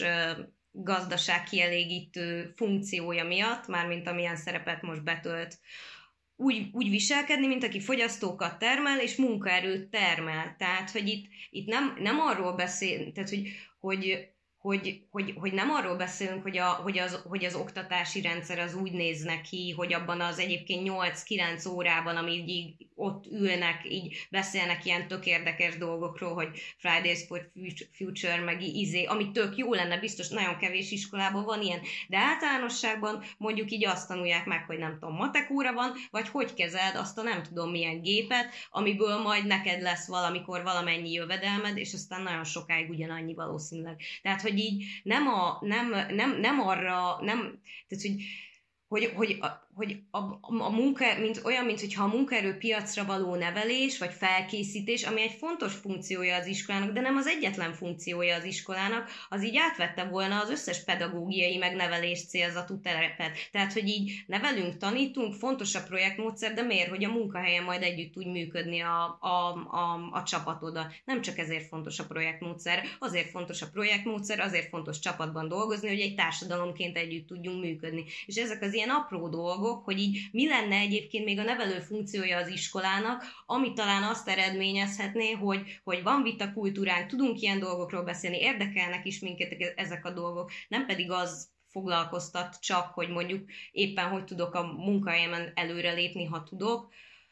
gazdaságkielégítő funkciója miatt, mármint amilyen szerepet most betölt, úgy, úgy viselkedni, mint aki fogyasztókat termel, és munkaerőt termel. Tehát, hogy itt, itt nem, nem arról beszél, tehát, hogy, hogy Hogy, hogy, hogy nem arról beszélünk, hogy, a, hogy, az, hogy az oktatási rendszer az úgy néz neki, hogy abban az egyébként nyolc-kilenc órában, amíg így ott ülnek, így beszélnek ilyen tök érdekes dolgokról, hogy Fridays for Future, meg izé, ami tök jó lenne, biztos nagyon kevés iskolában van ilyen, de általánosságban mondjuk így azt tanulják meg, hogy nem tudom, matek óra van, vagy hogy kezeld azt a nem tudom milyen gépet, amiből majd neked lesz valamikor valamennyi jövedelmed, és aztán nagyon sokáig ugyanannyi valószínűleg. Tehát, hogy így nem, a, nem, nem, nem arra, nem, tehát, hogy, hogy, hogy, a, hogy a, a munka, mint, olyan, mint hogyha a munkaerőpiacra való nevelés, vagy felkészítés, ami egy fontos funkciója az iskolának, de nem az egyetlen funkciója az iskolának, az így átvette volna az összes pedagógiai megnevelés célzatú terepet. Tehát, hogy így nevelünk, tanítunk, fontos a projektmódszer, de miért, hogy a munkahelyen majd együtt úgy működni a, a, a, a csapatoda. Nem csak ezért fontos a projektmódszer, azért fontos a projektmódszer, azért fontos csapatban dolgozni, hogy egy társadalomként együtt tudjunk működni. És ezek az ilyen apró dolgok, hogy így mi lenne egyébként még a nevelő funkciója az iskolának, ami talán azt eredményezhetné, hogy, hogy van vitakultúránk, tudunk ilyen dolgokról beszélni, érdekelnek is minket ezek a dolgok, nem pedig az foglalkoztat csak, hogy mondjuk éppen hogy tudok a munkahelyemen előrelépni, ha tudok.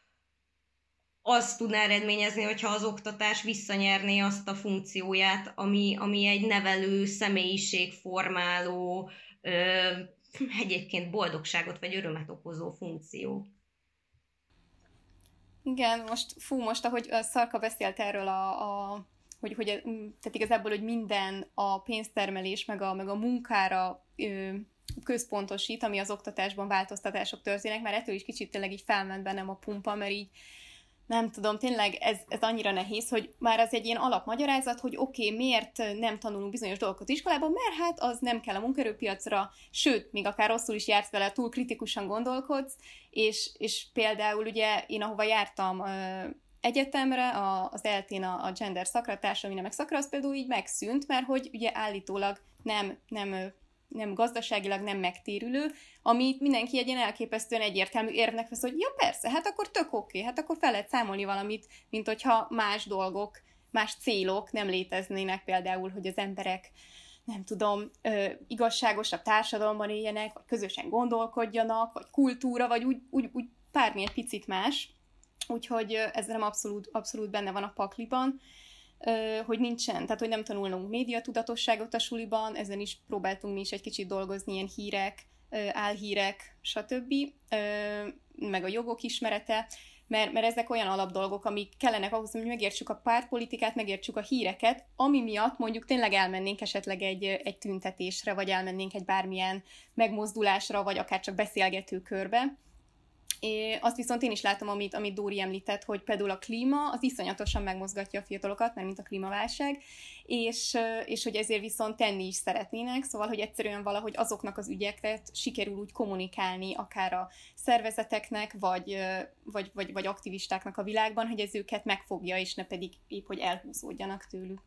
Azt tudná eredményezni, hogyha az oktatás visszanyerné azt a funkcióját, ami, ami egy nevelő, személyiségformáló, ö, egyébként boldogságot vagy örömet okozó funkció. Igen, most fú, most ahogy Szarka beszélt erről a, a hogy, hogy tehát igazából, hogy minden a pénztermelés meg a, meg a munkára ö, központosít, ami az oktatásban változtatások történnek, már ettől is kicsit tényleg így felment bennem a pumpa, mert így nem tudom, tényleg ez, ez annyira nehéz, hogy már az egy ilyen alapmagyarázat, hogy oké, okay, miért nem tanulunk bizonyos dolgokat iskolában, mert hát az nem kell a munkaerőpiacra, sőt, még akár rosszul is jársz vele, túl kritikusan gondolkodsz, és, és például ugye én ahova jártam egyetemre, a, az eltén a, a gender szakra, társadalmi nemek szakra, az például így megszűnt, mert hogy ugye állítólag nem, nem nem gazdaságilag nem megtérülő, amit mindenki egy ilyen elképesztően egyértelmű érvnek vesz, hogy ja persze, hát akkor tök oké, hát akkor fel lehet számolni valamit, mint hogyha más dolgok, más célok nem léteznének, például, hogy az emberek, nem tudom, ö, igazságosabb társadalomban éljenek, vagy közösen gondolkodjanak, vagy kultúra, vagy úgy, úgy, úgy bármi egy picit más. Úgyhogy ez nem abszolút, abszolút benne van a pakliban, hogy nincsen, tehát hogy nem tanulnunk médiatudatosságot a suliban, ezen is próbáltunk mi is egy kicsit dolgozni, ilyen hírek, álhírek, stb., meg a jogok ismerete, mert, mert ezek olyan alapdolgok, amik kellenek ahhoz, hogy megértsük a pártpolitikát, megértsük a híreket, ami miatt mondjuk tényleg elmennénk esetleg egy, egy tüntetésre, vagy elmennénk egy bármilyen megmozdulásra, vagy akár csak beszélgető körbe. É, azt viszont én is látom, amit, amit Dóri említett, hogy például a klíma, az iszonyatosan megmozgatja a fiatalokat, mert mint a klímaválság, és, és hogy ezért viszont tenni is szeretnének, szóval, hogy egyszerűen valahogy azoknak az ügyeket sikerül úgy kommunikálni, akár a szervezeteknek, vagy, vagy, vagy, vagy aktivistáknak a világban, hogy ez őket megfogja, és ne pedig épp, hogy elhúzódjanak tőlük.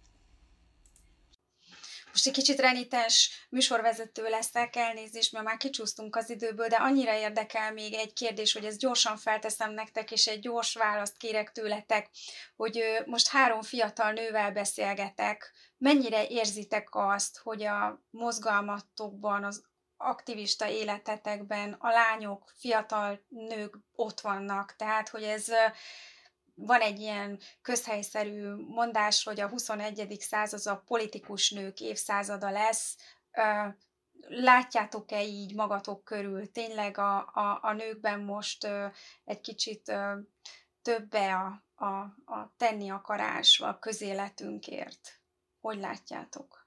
Most egy kicsit renitens műsorvezető leszek, elnézést, mert már kicsúsztunk az időből, de annyira érdekel még egy kérdés, hogy ezt gyorsan felteszem nektek, és egy gyors választ kérek tőletek, hogy most három fiatal nővel beszélgetek. Mennyire érzitek azt, hogy a mozgalmatokban, az aktivista életetekben a lányok, fiatal nők ott vannak? Tehát, hogy ez... Van egy ilyen közhelyszerű mondás, hogy a huszonegyedik század a politikus nők évszázada lesz. Látjátok-e így magatok körül? Tényleg a, a, a nőkben most egy kicsit többe a, a, a tenni akarás a közéletünkért? hogy látjátok?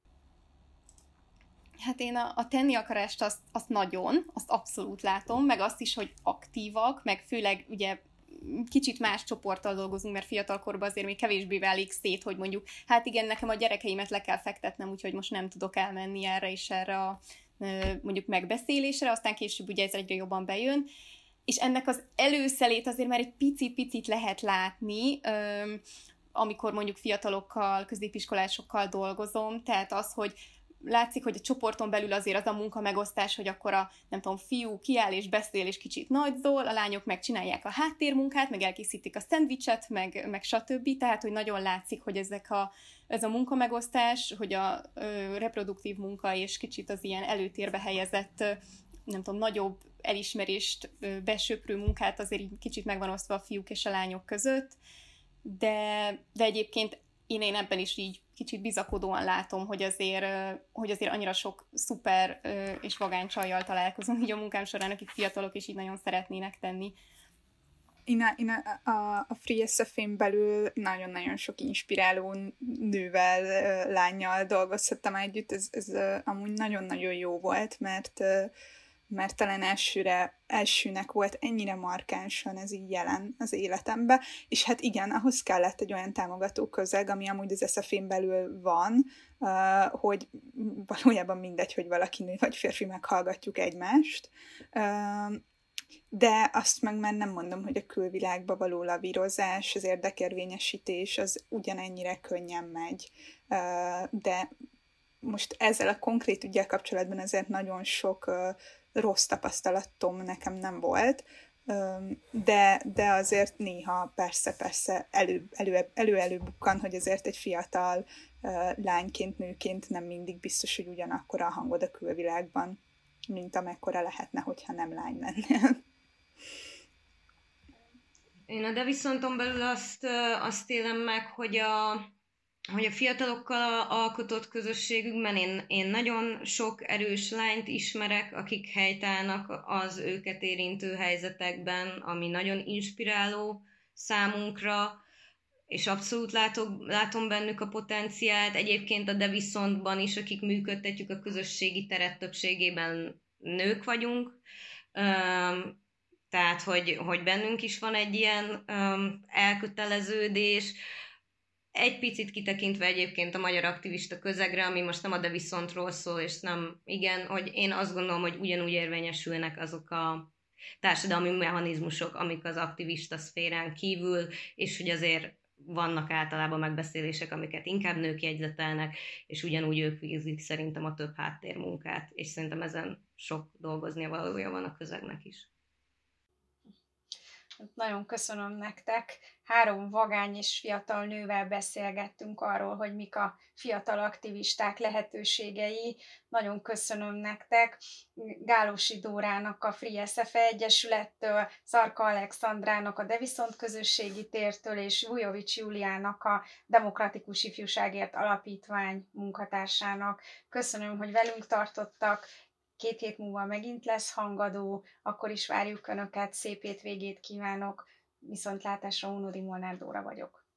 Hát én a, a tenni akarást azt, azt nagyon, azt abszolút látom, meg azt is, hogy aktívak, meg főleg ugye kicsit más csoporttal dolgozunk, mert fiatalkorban azért még kevésbé válik szét, hogy mondjuk, hát igen, nekem a gyerekeimet le kell fektetnem, úgyhogy most nem tudok elmenni erre és erre a mondjuk megbeszélésre, aztán később ugye ez egyre jobban bejön, és ennek az előszelét azért már egy picit-picit lehet látni, amikor mondjuk fiatalokkal, középiskolásokkal dolgozom, tehát az, hogy látszik, hogy a csoporton belül azért az a munkamegosztás, hogy akkor a, nem tudom, fiú kiáll és beszél és kicsit nagyzol, a lányok megcsinálják a háttérmunkát, meg elkészítik a szendvicset, meg, meg stb. Tehát, hogy nagyon látszik, hogy ezek a, ez a munkamegosztás, hogy a ö, reproduktív munka és kicsit az ilyen előtérbe helyezett, ö, nem tudom, nagyobb elismerést ö, besöprő munkát azért így kicsit megvan osztva a fiúk és a lányok között, de, de egyébként én, én ebben is így kicsit bizakodóan látom, hogy azért, hogy azért annyira sok szuper és vagány csajjal találkozom így a munkám során, akik fiatalok és így nagyon szeretnének tenni. Én a, én a, a, a Free es ef-én belül nagyon-nagyon sok inspiráló nővel, lánnyal dolgozhattam együtt, ez, ez amúgy nagyon-nagyon jó volt, mert mert talán elsőre, elsőnek volt ennyire markánsan ez így jelen az életemben, és hát igen, ahhoz kellett egy olyan támogató közeg, ami amúgy az es ef-én belül van, uh, hogy valójában mindegy, hogy valaki nő vagy férfi, meghallgatjuk egymást, uh, de azt meg már nem mondom, hogy a külvilágba való lavírozás, az érdekérvényesítés az ugyanennyire könnyen megy, uh, de most ezzel a konkrét ügyel kapcsolatban azért nagyon sok uh, rossz tapasztalatom nekem nem volt, de, de azért néha persze-persze elő, elő, elő, előbukkan, hogy azért egy fiatal lányként, nőként nem mindig biztos, hogy ugyanakkora a hangod a külvilágban, mint amekkora lehetne, hogyha nem lány lennél. Én a De viszonton belül azt, azt élem meg, hogy a hogy a fiatalokkal alkotott közösségünkben én, én nagyon sok erős lányt ismerek, akik helytállnak az őket érintő helyzetekben, ami nagyon inspiráló számunkra, és abszolút látok, látom bennük a potenciált. Egyébként a De Viszontban is, akik működtetjük a közösségi teret, többségében nők vagyunk, tehát hogy, hogy bennünk is van egy ilyen elköteleződés, egy picit kitekintve egyébként a magyar aktivista közegre, ami most nem a De Viszontról szól, és nem, igen, hogy én azt gondolom, hogy ugyanúgy érvényesülnek azok a társadalmi mechanizmusok, amik az aktivista szférán kívül, és hogy azért vannak általában megbeszélések, amiket inkább nők jegyzetelnek, és ugyanúgy ők végzik szerintem a több háttérmunkát, és szerintem ezen sok dolgoznia valója van a közegnek is. Nagyon köszönöm nektek. Három vagány és fiatal nővel beszélgettünk arról, hogy mik a fiatal aktivisták lehetőségei. Nagyon köszönöm nektek. Gálosi Dórának a Free es ef Egyesülettől, Szarka Alexandrának a De Viszont közösségi tértől, és Vujovics Júliának a Demokratikus Ifjúságért Alapítvány munkatársának. Köszönöm, hogy velünk tartottak. Két hét múlva megint lesz hangadó, akkor is várjuk Önöket, szép hétvégét kívánok, viszontlátásra, Ónodi Molnár Dóra vagyok.